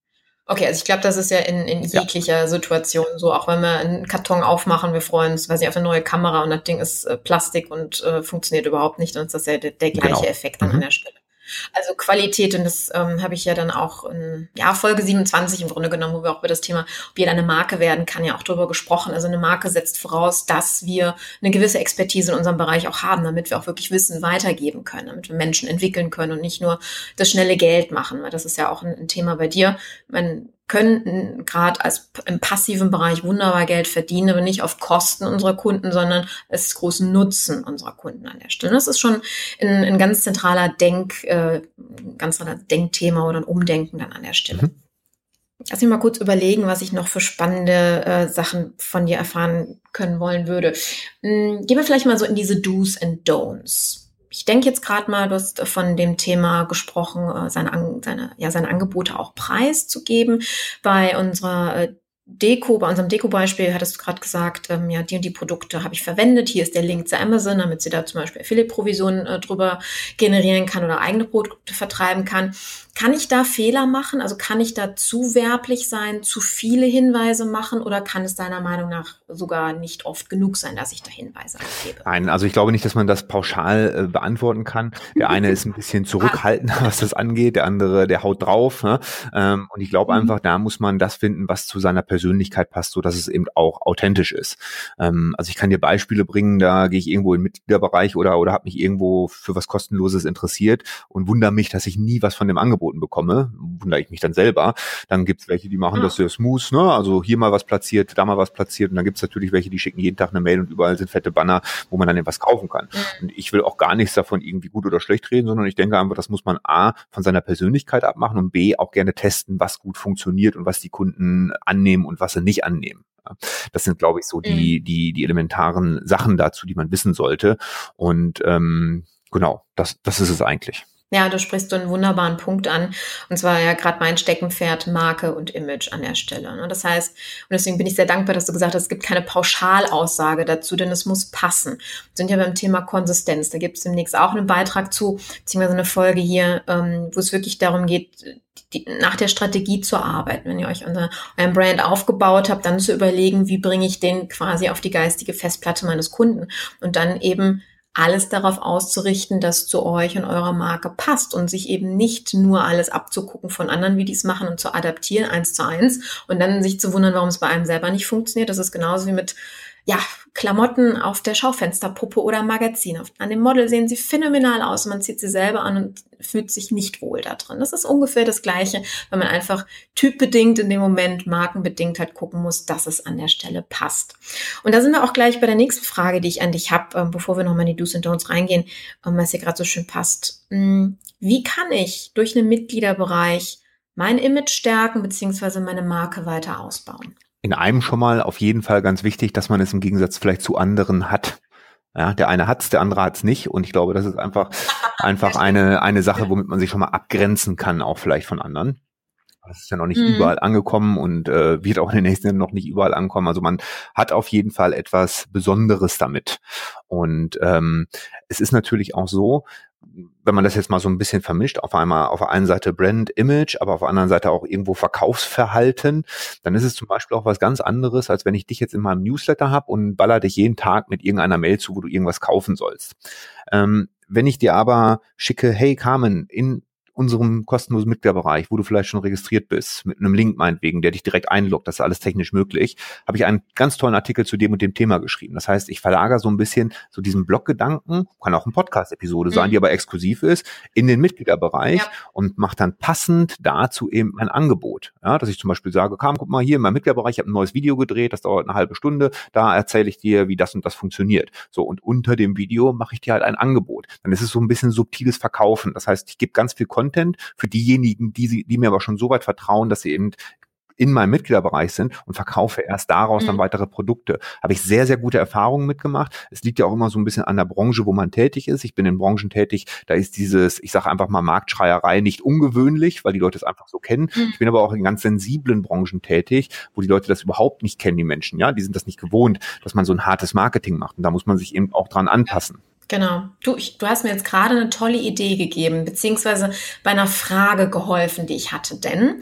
Okay, also ich glaube, das ist ja in, in jeglicher ja. Situation so, auch wenn wir einen Karton aufmachen, wir freuen uns, weiß ich, auf eine neue Kamera und das Ding ist äh, Plastik und äh, funktioniert überhaupt nicht, dann ist das ja der, der gleiche genau. Effekt dann mhm. an der Stelle. Also Qualität, und das ähm, habe ich ja dann auch in ja, Folge siebenundzwanzig im Grunde genommen, wo wir auch über das Thema, ob jeder eine Marke werden kann, ja auch darüber gesprochen. Also eine Marke setzt voraus, dass wir eine gewisse Expertise in unserem Bereich auch haben, damit wir auch wirklich Wissen weitergeben können, damit wir Menschen entwickeln können und nicht nur das schnelle Geld machen, weil das ist ja auch ein, ein Thema bei dir. Man können gerade als im passiven Bereich wunderbar Geld verdienen, aber nicht auf Kosten unserer Kunden, sondern als großen Nutzen unserer Kunden an der Stelle. Das ist schon ein, ein ganz zentraler Denk, äh, ganz zentraler Denkthema oder ein Umdenken dann an der Stelle. Mhm. Lass mich mal kurz überlegen, was ich noch für spannende äh, Sachen von dir erfahren können wollen würde. Hm, gehen wir vielleicht mal so in diese Do's and Don'ts. Ich denke jetzt gerade mal, du hast von dem Thema gesprochen, seine, seine, ja, seine Angebote auch preiszugeben. Bei unserer äh, Deko, bei unserem Deko-Beispiel hattest du gerade gesagt, ähm, ja, die und die Produkte habe ich verwendet. Hier ist der Link zu Amazon, damit sie da zum Beispiel Affiliate-Provisionen äh, drüber generieren kann oder eigene Produkte vertreiben kann. Kann ich da Fehler machen? Also kann ich da zu werblich sein, zu viele Hinweise machen, oder kann es deiner Meinung nach sogar nicht oft genug sein, dass ich da Hinweise gebe? Nein, also ich glaube nicht, dass man das pauschal äh, beantworten kann. Der eine ist ein bisschen zurückhaltend, was das angeht, der andere, der haut drauf. Ne? Ähm, und ich glaube mhm. einfach, da muss man das finden, was zu seiner Persönlichkeit passt, so dass es eben auch authentisch ist. Ähm, also ich kann dir Beispiele bringen, da gehe ich irgendwo in den Mitgliederbereich oder oder habe mich irgendwo für was Kostenloses interessiert und wundere mich, dass ich nie was von dem Angebot bekomme, wundere ich mich dann selber. Dann gibt's welche, die machen ah. das sehr smooth, ne? Also hier mal was platziert, da mal was platziert, und dann gibt's natürlich welche, die schicken jeden Tag eine Mail und überall sind fette Banner, wo man dann etwas kaufen kann. Mhm. Und ich will auch gar nichts davon irgendwie gut oder schlecht reden, sondern ich denke einfach, das muss man A, von seiner Persönlichkeit abmachen und B, auch gerne testen, was gut funktioniert und was die Kunden annehmen und was sie nicht annehmen. Das sind, glaube ich, so die, die, die elementaren Sachen dazu, die man wissen sollte. Und ähm, genau, das, das ist es eigentlich. Ja, du sprichst so einen wunderbaren Punkt an. Und zwar ja gerade mein Steckenpferd, Marke und Image an der Stelle. Ne? Das heißt, und deswegen bin ich sehr dankbar, dass du gesagt hast, es gibt keine Pauschalaussage dazu, denn es muss passen. Wir sind ja beim Thema Konsistenz. Da gibt es demnächst auch einen Beitrag zu, beziehungsweise eine Folge hier, ähm, wo es wirklich darum geht, die, nach der Strategie zu arbeiten. Wenn ihr euch unser, euren Brand aufgebaut habt, dann zu überlegen, wie bringe ich den quasi auf die geistige Festplatte meines Kunden, und dann eben alles darauf auszurichten, dass zu euch und eurer Marke passt, und sich eben nicht nur alles abzugucken von anderen, wie die es machen, und zu adaptieren, eins zu eins, und dann sich zu wundern, warum es bei einem selber nicht funktioniert. Das ist genauso wie mit ja, Klamotten auf der Schaufensterpuppe oder Magazin. An dem Model sehen sie phänomenal aus, man zieht sie selber an und fühlt sich nicht wohl da drin. Das ist ungefähr das Gleiche, wenn man einfach typbedingt in dem Moment, markenbedingt halt gucken muss, dass es an der Stelle passt. Und da sind wir auch gleich bei der nächsten Frage, die ich an dich habe, bevor wir nochmal in die Do's und Don'ts reingehen, was hier gerade so schön passt. Wie kann ich durch einen Mitgliederbereich mein Image stärken bzw. meine Marke weiter ausbauen? In einem schon mal auf jeden Fall ganz wichtig, dass man es im Gegensatz vielleicht zu anderen hat. Ja, der eine hat's, der andere hat's nicht. Und ich glaube, das ist einfach, einfach eine, eine Sache, womit man sich schon mal abgrenzen kann, auch vielleicht von anderen. Das ist ja noch nicht mhm. überall angekommen und äh, wird auch in den nächsten Jahren noch nicht überall ankommen. Also man hat auf jeden Fall etwas Besonderes damit. Und ähm, es ist natürlich auch so, wenn man das jetzt mal so ein bisschen vermischt, auf einmal auf der einen Seite Brand, Image, aber auf der anderen Seite auch irgendwo Verkaufsverhalten, dann ist es zum Beispiel auch was ganz anderes, als wenn ich dich jetzt in meinem Newsletter habe und baller dich jeden Tag mit irgendeiner Mail zu, wo du irgendwas kaufen sollst. Ähm, wenn ich dir aber schicke, hey Carmen, in unserem kostenlosen Mitgliederbereich, wo du vielleicht schon registriert bist, mit einem Link meinetwegen, der dich direkt einloggt, das ist alles technisch möglich, habe ich einen ganz tollen Artikel zu dem und dem Thema geschrieben. Das heißt, ich verlagere so ein bisschen so diesen Bloggedanken, kann auch eine Podcast-Episode mhm. sein, die aber exklusiv ist, in den Mitgliederbereich ja. und mache dann passend dazu eben ein Angebot. Ja, dass ich zum Beispiel sage, komm, guck mal hier in meinem Mitgliederbereich, ich habe ein neues Video gedreht, das dauert eine halbe Stunde, da erzähle ich dir, wie das und das funktioniert. So, und unter dem Video mache ich dir halt ein Angebot. Dann ist es so ein bisschen subtiles Verkaufen. Das heißt, ich gebe ganz viel Content für diejenigen, die, sie, die mir aber schon so weit vertrauen, dass sie eben in meinem Mitgliederbereich sind, und verkaufe erst daraus mhm. dann weitere Produkte. Habe ich sehr, sehr gute Erfahrungen mitgemacht. Es liegt ja auch immer so ein bisschen an der Branche, wo man tätig ist. Ich bin in Branchen tätig, da ist dieses, ich sage einfach mal Marktschreierei nicht ungewöhnlich, weil die Leute es einfach so kennen. Mhm. Ich bin aber auch in ganz sensiblen Branchen tätig, wo die Leute das überhaupt nicht kennen, die Menschen. Ja, die sind das nicht gewohnt, dass man so ein hartes Marketing macht. Und da muss man sich eben auch dran anpassen. Genau. Du, ich, du hast mir jetzt gerade eine tolle Idee gegeben, beziehungsweise bei einer Frage geholfen, die ich hatte. Denn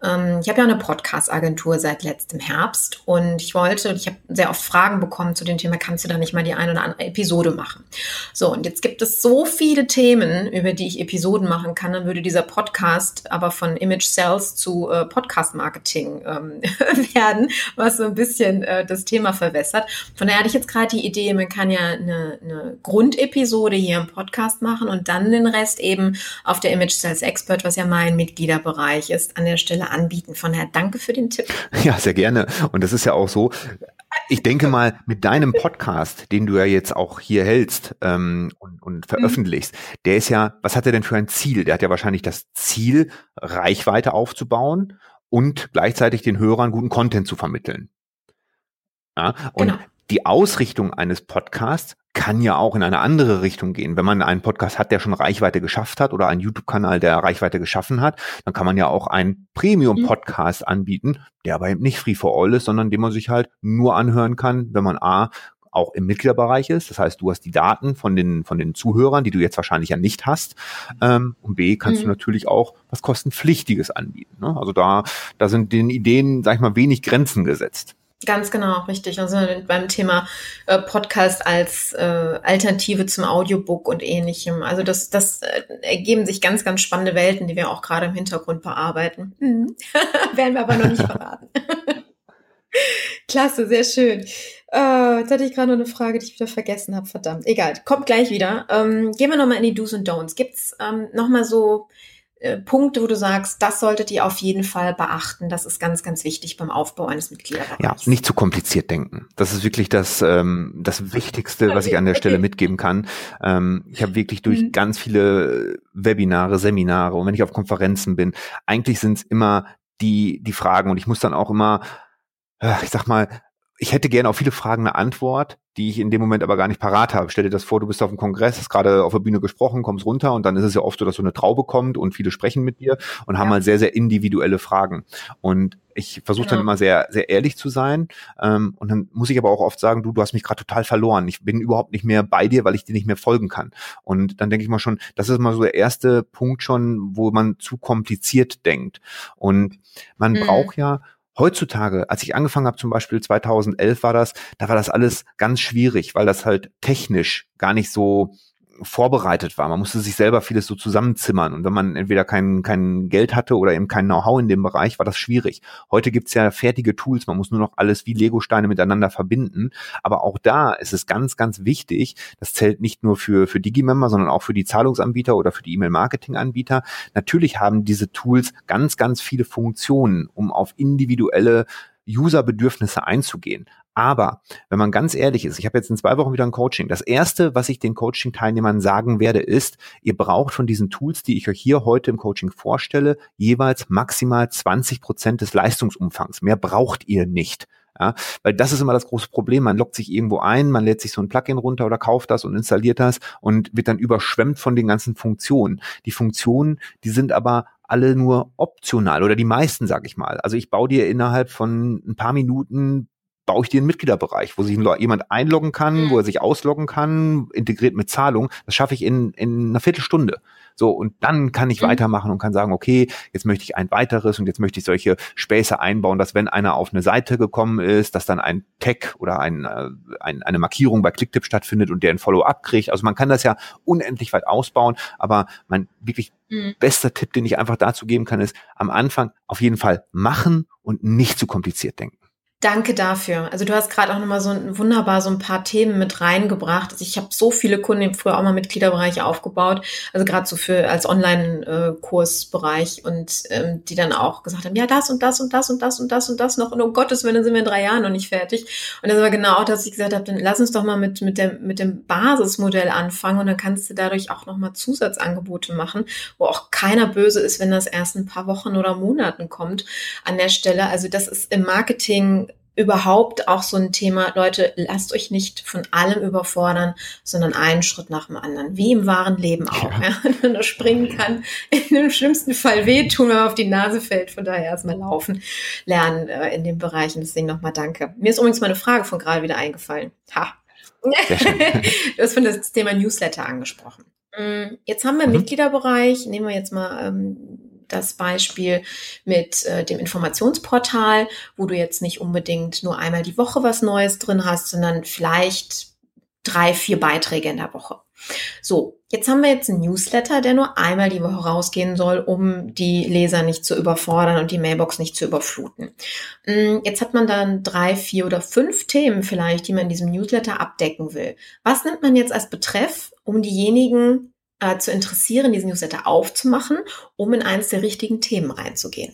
Ähm, ich habe ja eine Podcast-Agentur seit letztem Herbst und ich wollte, ich habe sehr oft Fragen bekommen zu dem Thema, kannst du da nicht mal die eine oder andere Episode machen? So, und jetzt gibt es so viele Themen, über die ich Episoden machen kann, dann würde dieser Podcast aber von Image Sales zu äh, Podcast-Marketing ähm, werden, was so ein bisschen äh, das Thema verwässert. Von daher hatte ich jetzt gerade die Idee, man kann ja eine, eine Grundepisode hier im Podcast machen und dann den Rest eben auf der Image Sales Expert, was ja mein Mitgliederbereich ist, an der Stelle anbieten. Von daher danke für den Tipp. Ja, sehr gerne. Und das ist ja auch so, ich denke mal, mit deinem Podcast, den du ja jetzt auch hier hältst ähm, und, und veröffentlichst, mhm. der ist ja, was hat er denn für ein Ziel? Der hat ja wahrscheinlich das Ziel, Reichweite aufzubauen und gleichzeitig den Hörern guten Content zu vermitteln. Ja, und genau. Die Ausrichtung eines Podcasts kann ja auch in eine andere Richtung gehen. Wenn man einen Podcast hat, der schon Reichweite geschafft hat oder einen YouTube-Kanal, der Reichweite geschaffen hat, dann kann man ja auch einen Premium-Podcast mhm. anbieten, der aber eben nicht free for all ist, sondern den man sich halt nur anhören kann, wenn man A, auch im Mitgliederbereich ist. Das heißt, du hast die Daten von den von den Zuhörern, die du jetzt wahrscheinlich ja nicht hast. Ähm, und B, kannst mhm. du natürlich auch was Kostenpflichtiges anbieten. Ne? Also da, da sind den Ideen, sag ich mal, wenig Grenzen gesetzt. Ganz genau, richtig. Also beim Thema äh, Podcast als äh, Alternative zum Audiobook und Ähnlichem. Also das, das äh, ergeben sich ganz, ganz spannende Welten, die wir auch gerade im Hintergrund bearbeiten. Mhm. Werden wir aber noch nicht verraten. Klasse, sehr schön. Äh, jetzt hatte ich gerade noch eine Frage, die ich wieder vergessen habe. Verdammt, egal, kommt gleich wieder. Ähm, gehen wir nochmal in die Do's und Don'ts. Gibt's ähm, nochmal so Punkte, wo du sagst, das solltet ihr auf jeden Fall beachten. Das ist ganz, ganz wichtig beim Aufbau eines Mitgliederbereichs. Ja, nicht zu kompliziert denken. Das ist wirklich das ähm, das Wichtigste, was ich an der Stelle mitgeben kann. Ähm, ich habe wirklich durch mhm. ganz viele Webinare, Seminare und wenn ich auf Konferenzen bin, eigentlich sind es immer die die Fragen und ich muss dann auch immer, ich sag mal, ich hätte gerne auf viele Fragen eine Antwort, die ich in dem Moment aber gar nicht parat habe. Stell dir das vor, du bist auf dem Kongress, hast gerade auf der Bühne gesprochen, kommst runter und dann ist es ja oft so, dass so eine Traube kommt und viele sprechen mit dir und haben ja. halt sehr, sehr individuelle Fragen. Und ich versuche genau. dann immer sehr, sehr ehrlich zu sein. Ähm, und dann muss ich aber auch oft sagen, du, du hast mich gerade total verloren. Ich bin überhaupt nicht mehr bei dir, weil ich dir nicht mehr folgen kann. Und dann denke ich mal schon, das ist mal so der erste Punkt schon, wo man zu kompliziert denkt. Und man mhm. braucht ja heutzutage, als ich angefangen habe, zum Beispiel zweitausendelf war das, da war das alles ganz schwierig, weil das halt technisch gar nicht so vorbereitet war. Man musste sich selber vieles so zusammenzimmern und wenn man entweder kein, kein Geld hatte oder eben kein Know-how in dem Bereich, war das schwierig. Heute gibt's ja fertige Tools, man muss nur noch alles wie Legosteine miteinander verbinden, aber auch da ist es ganz, ganz wichtig, das zählt nicht nur für, für Digimember, sondern auch für die Zahlungsanbieter oder für die E-Mail-Marketing-Anbieter. Natürlich haben diese Tools ganz, ganz viele Funktionen, um auf individuelle Userbedürfnisse einzugehen. Aber wenn man ganz ehrlich ist, ich habe jetzt in zwei Wochen wieder ein Coaching. Das Erste, was ich den Coaching-Teilnehmern sagen werde, ist, ihr braucht von diesen Tools, die ich euch hier heute im Coaching vorstelle, jeweils maximal zwanzig Prozent des Leistungsumfangs. Mehr braucht ihr nicht. Ja, weil das ist immer das große Problem. Man loggt sich irgendwo ein, man lädt sich so ein Plugin runter oder kauft das und installiert das und wird dann überschwemmt von den ganzen Funktionen. Die Funktionen, die sind aber alle nur optional oder die meisten, sag ich mal. Also ich baue dir innerhalb von ein paar Minuten baue ich dir einen Mitgliederbereich, wo sich jemand einloggen kann, wo er sich ausloggen kann, integriert mit Zahlung. Das schaffe ich in, in einer Viertelstunde. So, und dann kann ich mhm. weitermachen und kann sagen, okay, jetzt möchte ich ein weiteres und jetzt möchte ich solche Späße einbauen, dass wenn einer auf eine Seite gekommen ist, dass dann ein Tag oder ein, ein, eine Markierung bei Clicktip stattfindet und der ein Follow-up kriegt. Also man kann das ja unendlich weit ausbauen, aber mein wirklich mhm. bester Tipp, den ich einfach dazu geben kann, ist am Anfang auf jeden Fall machen und nicht zu kompliziert denken. Danke dafür. Also du hast gerade auch nochmal so ein, wunderbar so ein paar Themen mit reingebracht. Also ich habe so viele Kunden, ich früher auch mal Mitgliederbereiche aufgebaut, also gerade so für als Online-Kursbereich und ähm, die dann auch gesagt haben, ja das und das und das und das und das und das noch und um Gottes Willen, dann sind wir in drei Jahren noch nicht fertig. Und das war genau auch, dass ich gesagt habe, dann lass uns doch mal mit mit der mit dem Basismodell anfangen und dann kannst du dadurch auch nochmal Zusatzangebote machen, wo auch keiner böse ist, wenn das erst ein paar Wochen oder Monaten kommt an der Stelle. Also das ist im Marketing überhaupt auch so ein Thema, Leute, lasst euch nicht von allem überfordern, sondern einen Schritt nach dem anderen, wie im wahren Leben auch. Ja. Ja. Wenn man springen kann, in dem schlimmsten Fall wehtun, wenn man auf die Nase fällt, von daher erstmal laufen, lernen äh, in dem Bereich. Und deswegen nochmal danke. Mir ist übrigens meine Frage von gerade wieder eingefallen. Ha. Du hast von das Thema Newsletter angesprochen. Jetzt haben wir im mhm. Mitgliederbereich, nehmen wir jetzt mal ähm, das Beispiel mit äh, dem Informationsportal, wo du jetzt nicht unbedingt nur einmal die Woche was Neues drin hast, sondern vielleicht drei, vier Beiträge in der Woche. So, jetzt haben wir jetzt einen Newsletter, der nur einmal die Woche rausgehen soll, um die Leser nicht zu überfordern und die Mailbox nicht zu überfluten. Jetzt hat man dann drei, vier oder fünf Themen vielleicht, die man in diesem Newsletter abdecken will. Was nimmt man jetzt als Betreff, um diejenigen äh, zu interessieren, diesen Newsletter aufzumachen, um in eins der richtigen Themen reinzugehen?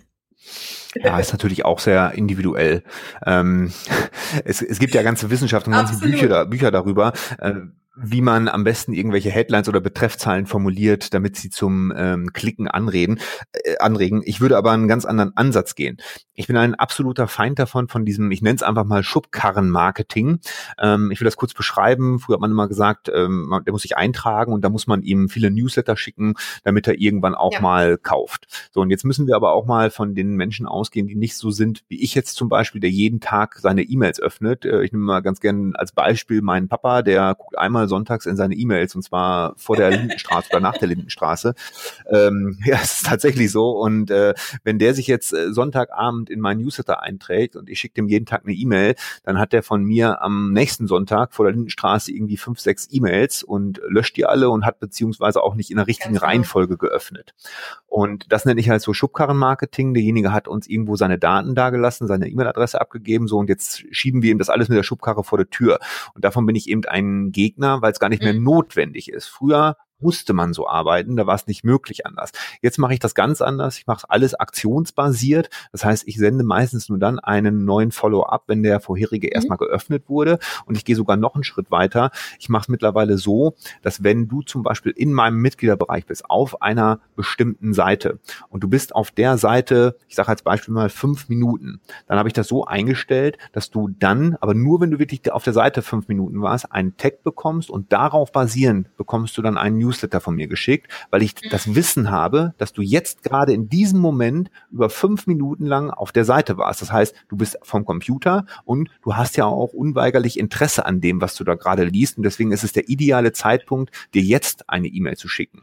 Ja, ist natürlich auch sehr individuell. Ähm, es, es gibt ja ganze Wissenschaft und ganze Bücher, Bücher darüber, äh, wie man am besten irgendwelche Headlines oder Betreffzahlen formuliert, damit sie zum ähm, Klicken anreden, äh, anregen. Ich würde aber einen ganz anderen Ansatz gehen. Ich bin ein absoluter Feind davon, von diesem, ich nenne es einfach mal Schubkarren-Marketing. Ähm, ich will das kurz beschreiben. Früher hat man immer gesagt, ähm, der muss sich eintragen und da muss man ihm viele Newsletter schicken, damit er irgendwann auch ja. mal kauft. So, und jetzt müssen wir aber auch mal von den Menschen ausgehen, die nicht so sind, wie ich jetzt zum Beispiel, der jeden Tag seine E-Mails öffnet. Äh, ich nehme mal ganz gerne als Beispiel meinen Papa, der guckt einmal sonntags in seine E-Mails und zwar vor der Lindenstraße oder nach der Lindenstraße. Ähm, ja, es ist tatsächlich so. Und äh, wenn der sich jetzt äh, Sonntagabend in meinen Newsletter einträgt und ich schicke dem jeden Tag eine E-Mail, dann hat der von mir am nächsten Sonntag vor der Lindenstraße irgendwie fünf, sechs E-Mails und löscht die alle und hat beziehungsweise auch nicht in der richtigen Reihenfolge geöffnet. Und das nenne ich halt so Schubkarrenmarketing. Derjenige hat uns irgendwo seine Daten dagelassen, seine E-Mail-Adresse abgegeben, so, und jetzt schieben wir ihm das alles mit der Schubkarre vor der Tür. Und davon bin ich eben ein Gegner, weil es gar nicht mehr notwendig ist. Früher musste man so arbeiten, da war es nicht möglich anders. Jetzt mache ich das ganz anders, ich mache alles aktionsbasiert, das heißt, ich sende meistens nur dann einen neuen Follow-up, wenn der vorherige mhm. erstmal geöffnet wurde, und ich gehe sogar noch einen Schritt weiter. Ich mache es mittlerweile so, dass wenn du zum Beispiel in meinem Mitgliederbereich bist, auf einer bestimmten Seite, und du bist auf der Seite, ich sage als Beispiel mal fünf Minuten, dann habe ich das so eingestellt, dass du dann, aber nur wenn du wirklich auf der Seite fünf Minuten warst, einen Tag bekommst, und darauf basierend bekommst du dann einen Newsletter von mir geschickt, weil ich das Wissen habe, dass du jetzt gerade in diesem Moment über fünf Minuten lang auf der Seite warst. Das heißt, du bist vom Computer und du hast ja auch unweigerlich Interesse an dem, was du da gerade liest, und deswegen ist es der ideale Zeitpunkt, dir jetzt eine E-Mail zu schicken.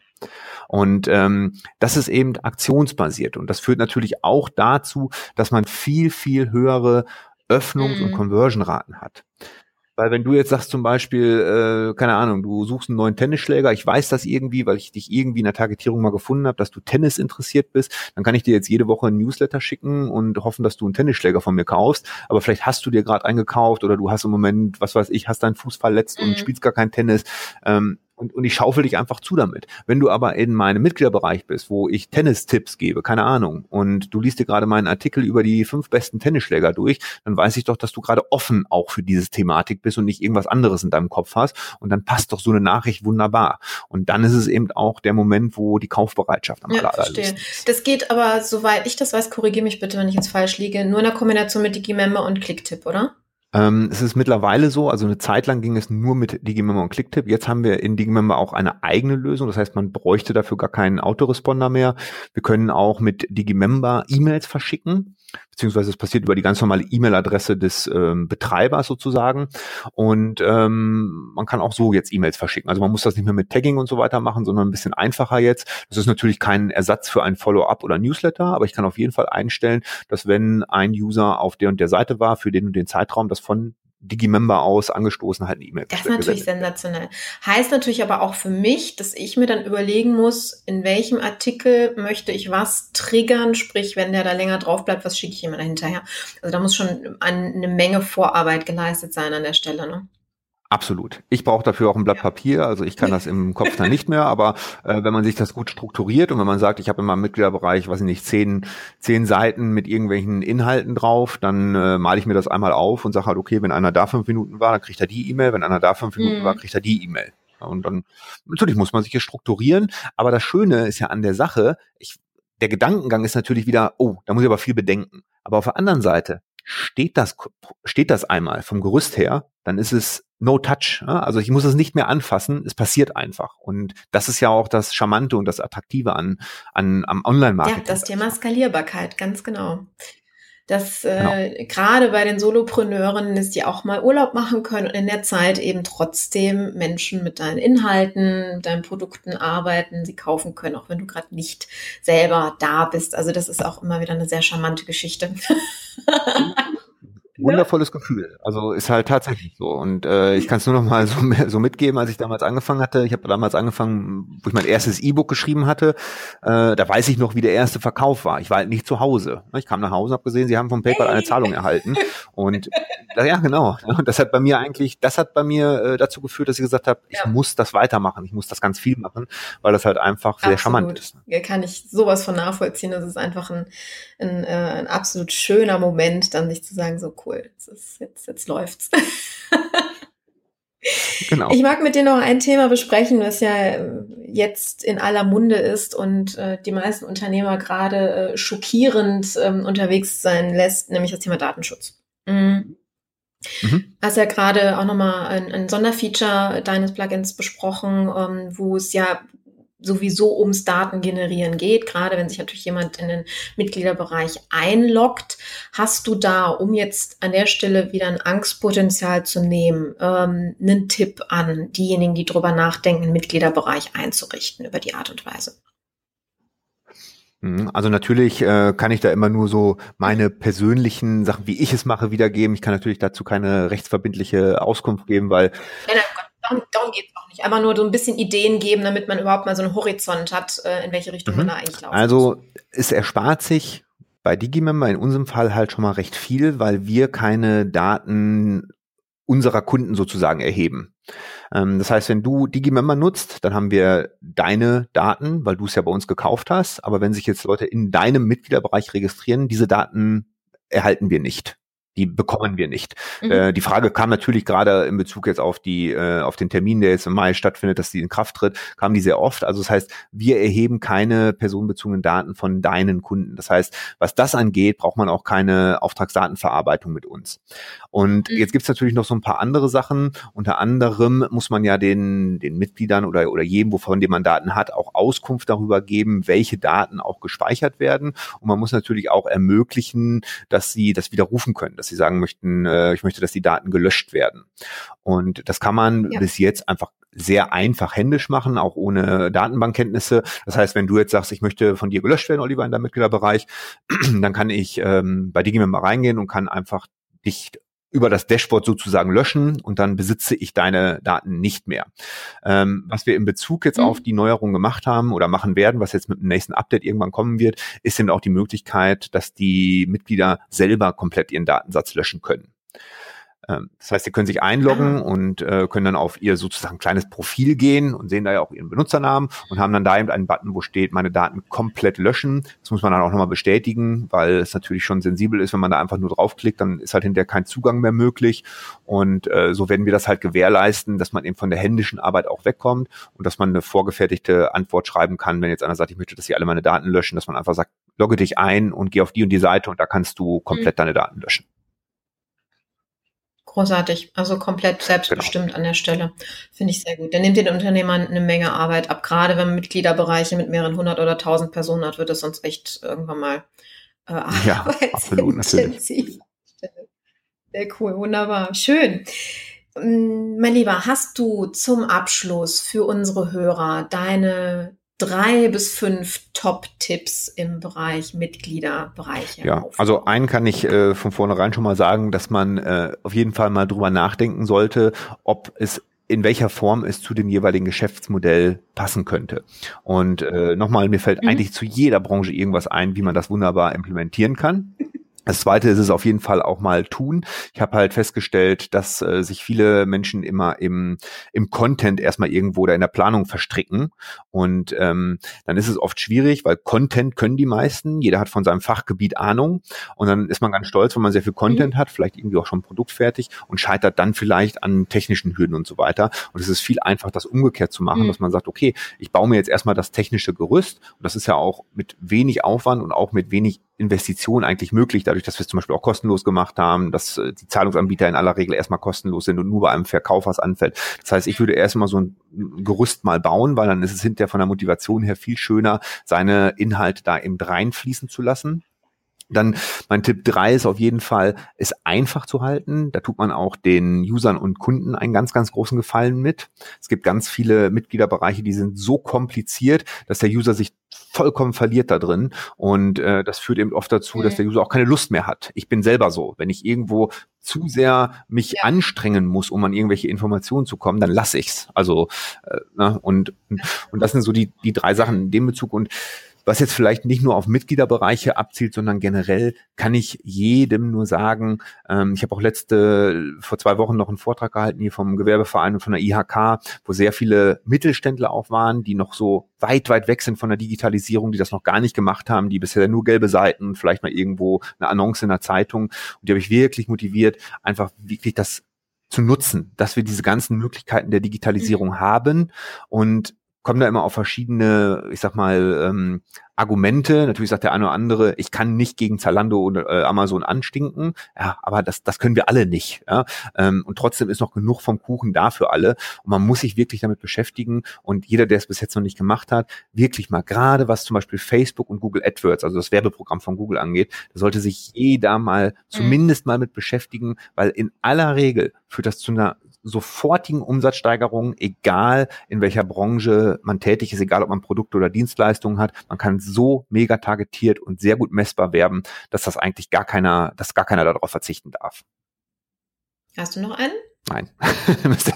Und ähm, das ist eben aktionsbasiert, und das führt natürlich auch dazu, dass man viel, viel höhere Öffnungs- mhm. und Conversion-Raten hat. Weil wenn du jetzt sagst zum Beispiel, äh, keine Ahnung, du suchst einen neuen Tennisschläger, ich weiß das irgendwie, weil ich dich irgendwie in der Targetierung mal gefunden habe, dass du Tennis interessiert bist, dann kann ich dir jetzt jede Woche einen Newsletter schicken und hoffen, dass du einen Tennisschläger von mir kaufst, aber vielleicht hast du dir gerade einen gekauft oder du hast im Moment, was weiß ich, hast deinen Fuß verletzt mhm. und spielst gar kein Tennis, ähm, Und, und ich schaufel dich einfach zu damit. Wenn du aber in meinem Mitgliederbereich bist, wo ich Tennis-Tipps gebe, keine Ahnung, und du liest dir gerade meinen Artikel über die fünf besten Tennisschläger durch, dann weiß ich doch, dass du gerade offen auch für diese Thematik bist und nicht irgendwas anderes in deinem Kopf hast. Und dann passt doch so eine Nachricht wunderbar. Und dann ist es eben auch der Moment, wo die Kaufbereitschaft am ja, allerliebsten ist. Das geht aber, soweit ich das weiß, korrigiere mich bitte, wenn ich jetzt falsch liege, nur in der Kombination mit Digimember und Clicktip, oder? Ähm, es ist mittlerweile so, also eine Zeit lang ging es nur mit Digimember und Clicktip. Jetzt haben wir in Digimember auch eine eigene Lösung. Das heißt, man bräuchte dafür gar keinen Autoresponder mehr. Wir können auch mit Digimember E-Mails verschicken, beziehungsweise es passiert über die ganz normale E-Mail-Adresse des ähm, Betreibers sozusagen. Und ähm, man kann auch so jetzt E-Mails verschicken. Also man muss das nicht mehr mit Tagging und so weiter machen, sondern ein bisschen einfacher jetzt. Das ist natürlich kein Ersatz für ein Follow-up oder Newsletter, aber ich kann auf jeden Fall einstellen, dass wenn ein User auf der und der Seite war, für den und den Zeitraum, das von Digimember aus angestoßen halt eine E-Mail. Das ist natürlich sensationell. Heißt natürlich aber auch für mich, dass ich mir dann überlegen muss, in welchem Artikel möchte ich was triggern, sprich, wenn der da länger drauf bleibt, was schicke ich ihm da hinterher? Also da muss schon eine Menge Vorarbeit geleistet sein an der Stelle, ne? Absolut. Ich brauche dafür auch ein Blatt Papier, also ich kann das im Kopf dann nicht mehr, aber äh, wenn man sich das gut strukturiert und wenn man sagt, ich habe in meinem Mitgliederbereich, weiß ich nicht, zehn, zehn Seiten mit irgendwelchen Inhalten drauf, dann äh, male ich mir das einmal auf und sage halt, okay, wenn einer da fünf Minuten war, dann kriegt er die E-Mail, wenn einer da fünf Minuten mhm. war, kriegt er die E-Mail. Und dann, natürlich muss man sich hier strukturieren, aber das Schöne ist ja an der Sache, ich, der Gedankengang ist natürlich wieder, oh, da muss ich aber viel bedenken. Aber auf der anderen Seite steht das, steht das einmal vom Gerüst her, dann ist es no touch. Ja? Also ich muss es nicht mehr anfassen, es passiert einfach. Und das ist ja auch das Charmante und das Attraktive an, an am Online-Marketing. Ja, das Thema Skalierbarkeit, ganz genau. dass äh, genau. gerade bei den Solopreneurinnen ist, die auch mal Urlaub machen können und in der Zeit eben trotzdem Menschen mit deinen Inhalten, mit deinen Produkten arbeiten, sie kaufen können, auch wenn du gerade nicht selber da bist. Also das ist auch immer wieder eine sehr charmante Geschichte. Wundervolles Gefühl. Also ist halt tatsächlich so. Und äh, ich kann es nur noch mal so, so mitgeben, als ich damals angefangen hatte. Ich habe damals angefangen, wo ich mein erstes E-Book geschrieben hatte. Äh, da weiß ich noch, wie der erste Verkauf war. Ich war halt nicht zu Hause. Ich kam nach Hause und habe gesehen, sie haben vom PayPal eine Zahlung erhalten. Und ja, genau. Und das hat bei mir eigentlich, das hat bei mir äh, dazu geführt, dass ich gesagt habe, ich ja. muss das weitermachen. Ich muss das ganz viel machen, weil das halt einfach sehr absolut. charmant ist. Ja, kann ich sowas von nachvollziehen. Das ist einfach ein, ein, äh, ein absolut schöner Moment, dann sich zu sagen, so cool, jetzt, ist, jetzt, jetzt läuft's. Genau. Ich mag mit dir noch ein Thema besprechen, was ja jetzt in aller Munde ist und äh, die meisten Unternehmer gerade äh, schockierend äh, unterwegs sein lässt, nämlich das Thema Datenschutz. Mhm. Mhm. Hast ja gerade auch nochmal ein, ein Sonderfeature deines Plugins besprochen, ähm, wo es ja sowieso ums Datengenerieren geht, gerade wenn sich natürlich jemand in den Mitgliederbereich einloggt. Hast du da, um jetzt an der Stelle wieder ein Angstpotenzial zu nehmen, ähm, einen Tipp an diejenigen, die drüber nachdenken, einen Mitgliederbereich einzurichten über die Art und Weise? Also natürlich äh, kann ich da immer nur so meine persönlichen Sachen, wie ich es mache, wiedergeben. Ich kann natürlich dazu keine rechtsverbindliche Auskunft geben, weil... Nein, nein, Gott. Darum, darum geht es auch nicht. Aber nur so ein bisschen Ideen geben, damit man überhaupt mal so einen Horizont hat, in welche Richtung mhm. man da eigentlich laufen Also muss. Es erspart sich bei Digimember in unserem Fall halt schon mal recht viel, weil wir keine Daten unserer Kunden sozusagen erheben. Ähm, das heißt, wenn du Digimember nutzt, dann haben wir deine Daten, weil du es ja bei uns gekauft hast. Aber wenn sich jetzt Leute in deinem Mitgliederbereich registrieren, diese Daten erhalten wir nicht. Die bekommen wir nicht. Mhm. Äh, die Frage kam natürlich gerade in Bezug jetzt auf die äh, auf den Termin, der jetzt im Mai stattfindet, dass die in Kraft tritt, kam die sehr oft. Also das heißt, wir erheben keine personenbezogenen Daten von deinen Kunden. Das heißt, was das angeht, braucht man auch keine Auftragsdatenverarbeitung mit uns. Und mhm. jetzt gibt's natürlich noch so ein paar andere Sachen. Unter anderem muss man ja den den Mitgliedern oder oder jedem, wovon dem man Daten hat, auch Auskunft darüber geben, welche Daten auch gespeichert werden. Und man muss natürlich auch ermöglichen, dass sie das widerrufen können. Dass sie sagen möchten, äh, ich möchte, dass die Daten gelöscht werden. Und das kann man ja. bis jetzt einfach sehr einfach händisch machen, auch ohne Datenbankkenntnisse. Das heißt, wenn du jetzt sagst, ich möchte von dir gelöscht werden, Oliver, in deinem Mitgliederbereich, dann kann ich ähm, bei Digimember reingehen und kann einfach dich über das Dashboard sozusagen löschen und dann besitze ich deine Daten nicht mehr. Ähm, was wir in Bezug jetzt mhm. auf die Neuerung gemacht haben oder machen werden, was jetzt mit dem nächsten Update irgendwann kommen wird, ist eben auch die Möglichkeit, dass die Mitglieder selber komplett ihren Datensatz löschen können. Das heißt, sie können sich einloggen und äh, können dann auf ihr sozusagen kleines Profil gehen und sehen da ja auch ihren Benutzernamen und haben dann da eben einen Button, wo steht, meine Daten komplett löschen. Das muss man dann auch nochmal bestätigen, weil es natürlich schon sensibel ist, wenn man da einfach nur draufklickt, dann ist halt hinterher kein Zugang mehr möglich. Und äh, so werden wir das halt gewährleisten, dass man eben von der händischen Arbeit auch wegkommt und dass man eine vorgefertigte Antwort schreiben kann, wenn jetzt einer sagt, ich möchte, dass sie alle meine Daten löschen, dass man einfach sagt, logge dich ein und geh auf die und die Seite und da kannst du komplett mhm. deine Daten löschen. Großartig, also komplett selbstbestimmt genau. an der Stelle. Finde ich sehr gut. Dann nimmt den Unternehmern eine Menge Arbeit ab. Gerade wenn man Mitgliederbereiche mit mehreren hundert oder tausend Personen hat, wird es sonst echt irgendwann mal äh, ja, absolut, natürlich. Sehr cool, wunderbar, schön. Mein Lieber, hast du zum Abschluss für unsere Hörer deine drei bis fünf Top-Tipps im Bereich Mitgliederbereiche? Ja, also einen kann ich äh, von vornherein schon mal sagen, dass man äh, auf jeden Fall mal drüber nachdenken sollte, ob es in welcher Form es zu dem jeweiligen Geschäftsmodell passen könnte. Und äh, nochmal, mir fällt mhm. eigentlich zu jeder Branche irgendwas ein, wie man das wunderbar implementieren kann. Das Zweite ist es auf jeden Fall auch mal tun. Ich habe halt festgestellt, dass äh, sich viele Menschen immer im im Content erstmal irgendwo oder in der Planung verstricken und ähm, dann ist es oft schwierig, weil Content können die meisten. Jeder hat von seinem Fachgebiet Ahnung und dann ist man ganz stolz, wenn man sehr viel Content mhm. hat, vielleicht irgendwie auch schon ein Produkt fertig und scheitert dann vielleicht an technischen Hürden und so weiter. Und es ist viel einfacher, das umgekehrt zu machen, mhm. dass man sagt, okay, ich baue mir jetzt erstmal das technische Gerüst und das ist ja auch mit wenig Aufwand und auch mit wenig Investition eigentlich möglich, dadurch, dass wir es zum Beispiel auch kostenlos gemacht haben, dass äh, die Zahlungsanbieter in aller Regel erstmal kostenlos sind und nur bei einem Verkauf was anfällt. Das heißt, ich würde erstmal so ein Gerüst mal bauen, weil dann ist es hinterher von der Motivation her viel schöner, seine Inhalte da eben reinfließen zu lassen. Dann mein Tipp drei ist auf jeden Fall, es einfach zu halten. Da tut man auch den Usern und Kunden einen ganz, ganz großen Gefallen mit. Es gibt ganz viele Mitgliederbereiche, die sind so kompliziert, dass der User sich vollkommen verliert da drin. Und äh, das führt eben oft dazu, dass der User auch keine Lust mehr hat. Ich bin selber so. Wenn ich irgendwo zu sehr mich ja. anstrengen muss, um an irgendwelche Informationen zu kommen, dann lasse ich's. Also äh, ne? und und das sind so die die drei Sachen in dem Bezug. Und was jetzt vielleicht nicht nur auf Mitgliederbereiche abzielt, sondern generell kann ich jedem nur sagen, ähm, ich habe auch letzte, vor zwei Wochen noch einen Vortrag gehalten hier vom Gewerbeverein und von der I H K, wo sehr viele Mittelständler auch waren, die noch so weit, weit weg sind von der Digitalisierung, die das noch gar nicht gemacht haben, die bisher nur gelbe Seiten, vielleicht mal irgendwo eine Annonce in der Zeitung. Und die habe ich wirklich motiviert, einfach wirklich das zu nutzen, dass wir diese ganzen Möglichkeiten der Digitalisierung mhm. haben und kommen da immer auf verschiedene, ich sag mal, ähm, Argumente. Natürlich sagt der eine oder andere, ich kann nicht gegen Zalando oder äh, Amazon anstinken. Ja, aber das das können wir alle nicht. Ja? Ähm, und trotzdem ist noch genug vom Kuchen da für alle. Und man muss sich wirklich damit beschäftigen. Und jeder, der es bis jetzt noch nicht gemacht hat, wirklich mal, gerade was zum Beispiel Facebook und Google AdWords, also das Werbeprogramm von Google angeht, da sollte sich jeder mal mhm. zumindest mal mit beschäftigen, weil in aller Regel führt das zu einer sofortigen Umsatzsteigerungen, egal in welcher Branche man tätig ist, egal ob man Produkte oder Dienstleistungen hat. Man kann so mega targetiert und sehr gut messbar werben, dass das eigentlich gar keiner, dass gar keiner darauf verzichten darf. Hast du noch einen? Nein. du, das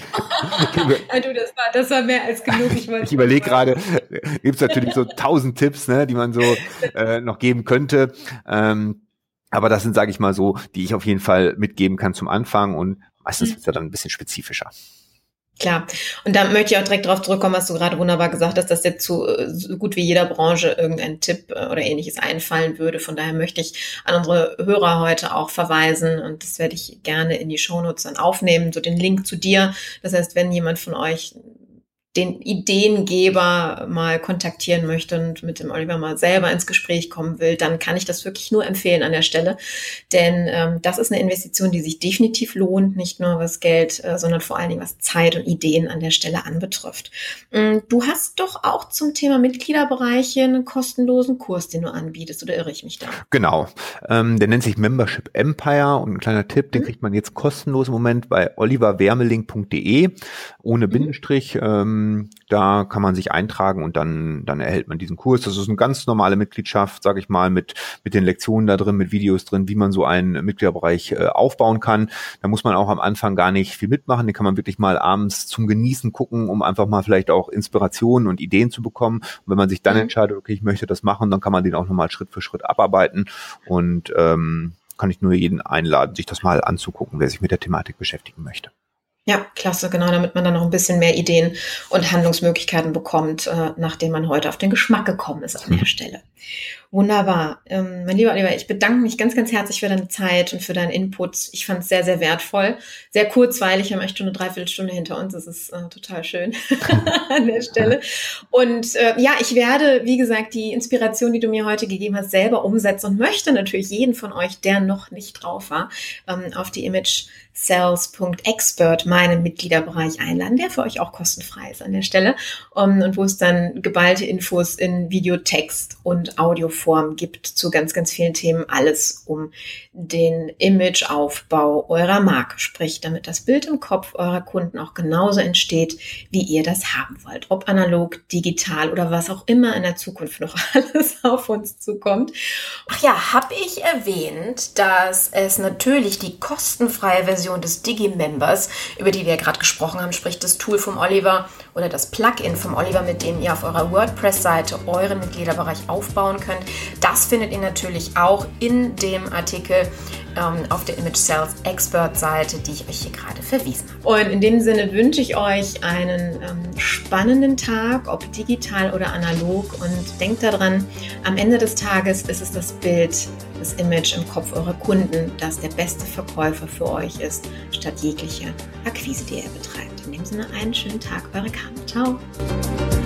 war, das war mehr als genug. Ich, ich überlege gerade, gibt es natürlich so tausend Tipps, ne, die man so äh, noch geben könnte. Ähm, aber das sind, sage ich mal so, die ich auf jeden Fall mitgeben kann zum Anfang und meistens wird es ja dann ein bisschen spezifischer. Klar. Und da möchte ich auch direkt darauf zurückkommen, was du gerade wunderbar gesagt hast, dass dir zu so gut wie jeder Branche irgendein Tipp oder ähnliches einfallen würde. Von daher möchte ich an unsere Hörer heute auch verweisen und das werde ich gerne in die Shownotes dann aufnehmen, so den Link zu dir. Das heißt, wenn jemand von euch den Ideengeber mal kontaktieren möchte und mit dem Oliver mal selber ins Gespräch kommen will, dann kann ich das wirklich nur empfehlen an der Stelle. Denn ähm, das ist eine Investition, die sich definitiv lohnt, nicht nur was Geld, äh, sondern vor allen Dingen was Zeit und Ideen an der Stelle anbetrifft. Ähm, du hast doch auch zum Thema Mitgliederbereiche einen kostenlosen Kurs, den du anbietest, oder irre ich mich da? Genau. Ähm, der nennt sich Membership Empire und ein kleiner Tipp, den mhm. kriegt man jetzt kostenlos im Moment bei oliver wermeling punkt de ohne Bindestrich. Mhm. Ähm, Da kann man sich eintragen und dann dann erhält man diesen Kurs. Das ist eine ganz normale Mitgliedschaft, sage ich mal, mit mit den Lektionen da drin, mit Videos drin, wie man so einen Mitgliederbereich äh, aufbauen kann. Da muss man auch am Anfang gar nicht viel mitmachen. Den kann man wirklich mal abends zum Genießen gucken, um einfach mal vielleicht auch Inspirationen und Ideen zu bekommen. Und wenn man sich dann mhm. entscheidet, okay, ich möchte das machen, dann kann man den auch nochmal Schritt für Schritt abarbeiten. Und ähm, kann ich nur jeden einladen, sich das mal anzugucken, wer sich mit der Thematik beschäftigen möchte. Ja, klasse, genau, damit man dann noch ein bisschen mehr Ideen und Handlungsmöglichkeiten bekommt, äh, nachdem man heute auf den Geschmack gekommen ist an der Stelle. Wunderbar. Ähm, mein lieber Oliver, ich bedanke mich ganz, ganz herzlich für deine Zeit und für deinen Input. Ich fand es sehr, sehr wertvoll, sehr kurzweilig. Wir haben echt schon eine Dreiviertelstunde hinter uns. Das ist äh, total schön an der Stelle. Und äh, ja, ich werde, wie gesagt, die Inspiration, die du mir heute gegeben hast, selber umsetzen und möchte natürlich jeden von euch, der noch nicht drauf war, ähm, auf die image sales punkt expert, meinen Mitgliederbereich einladen, der für euch auch kostenfrei ist an der Stelle um, und wo es dann geballte Infos in Videotext und Audioform gibt zu ganz, ganz vielen Themen. Alles um den Imageaufbau eurer Marke, sprich, damit das Bild im Kopf eurer Kunden auch genauso entsteht, wie ihr das haben wollt. Ob analog, digital oder was auch immer in der Zukunft noch alles auf uns zukommt. Ach ja, habe ich erwähnt, dass es natürlich die kostenfreie Version des Digi-Members, über die wir gerade gesprochen haben, sprich das Tool vom Oliver oder das Plugin vom Oliver, mit dem ihr auf eurer WordPress-Seite euren Mitgliederbereich aufbauen könnt. Das findet ihr natürlich auch in dem Artikel ähm, auf der Image Sales Expert Seite, die ich euch hier gerade verwiesen habe. Und in dem Sinne wünsche ich euch einen ähm, spannenden Tag, ob digital oder analog, und denkt daran, am Ende des Tages ist es das Bild, das Image im Kopf eurer Kunden, das der beste Verkäufer für euch ist, statt jegliche Akquise, die ihr betreibt. In dem Sinne einen schönen Tag, eure Carmen. Ciao.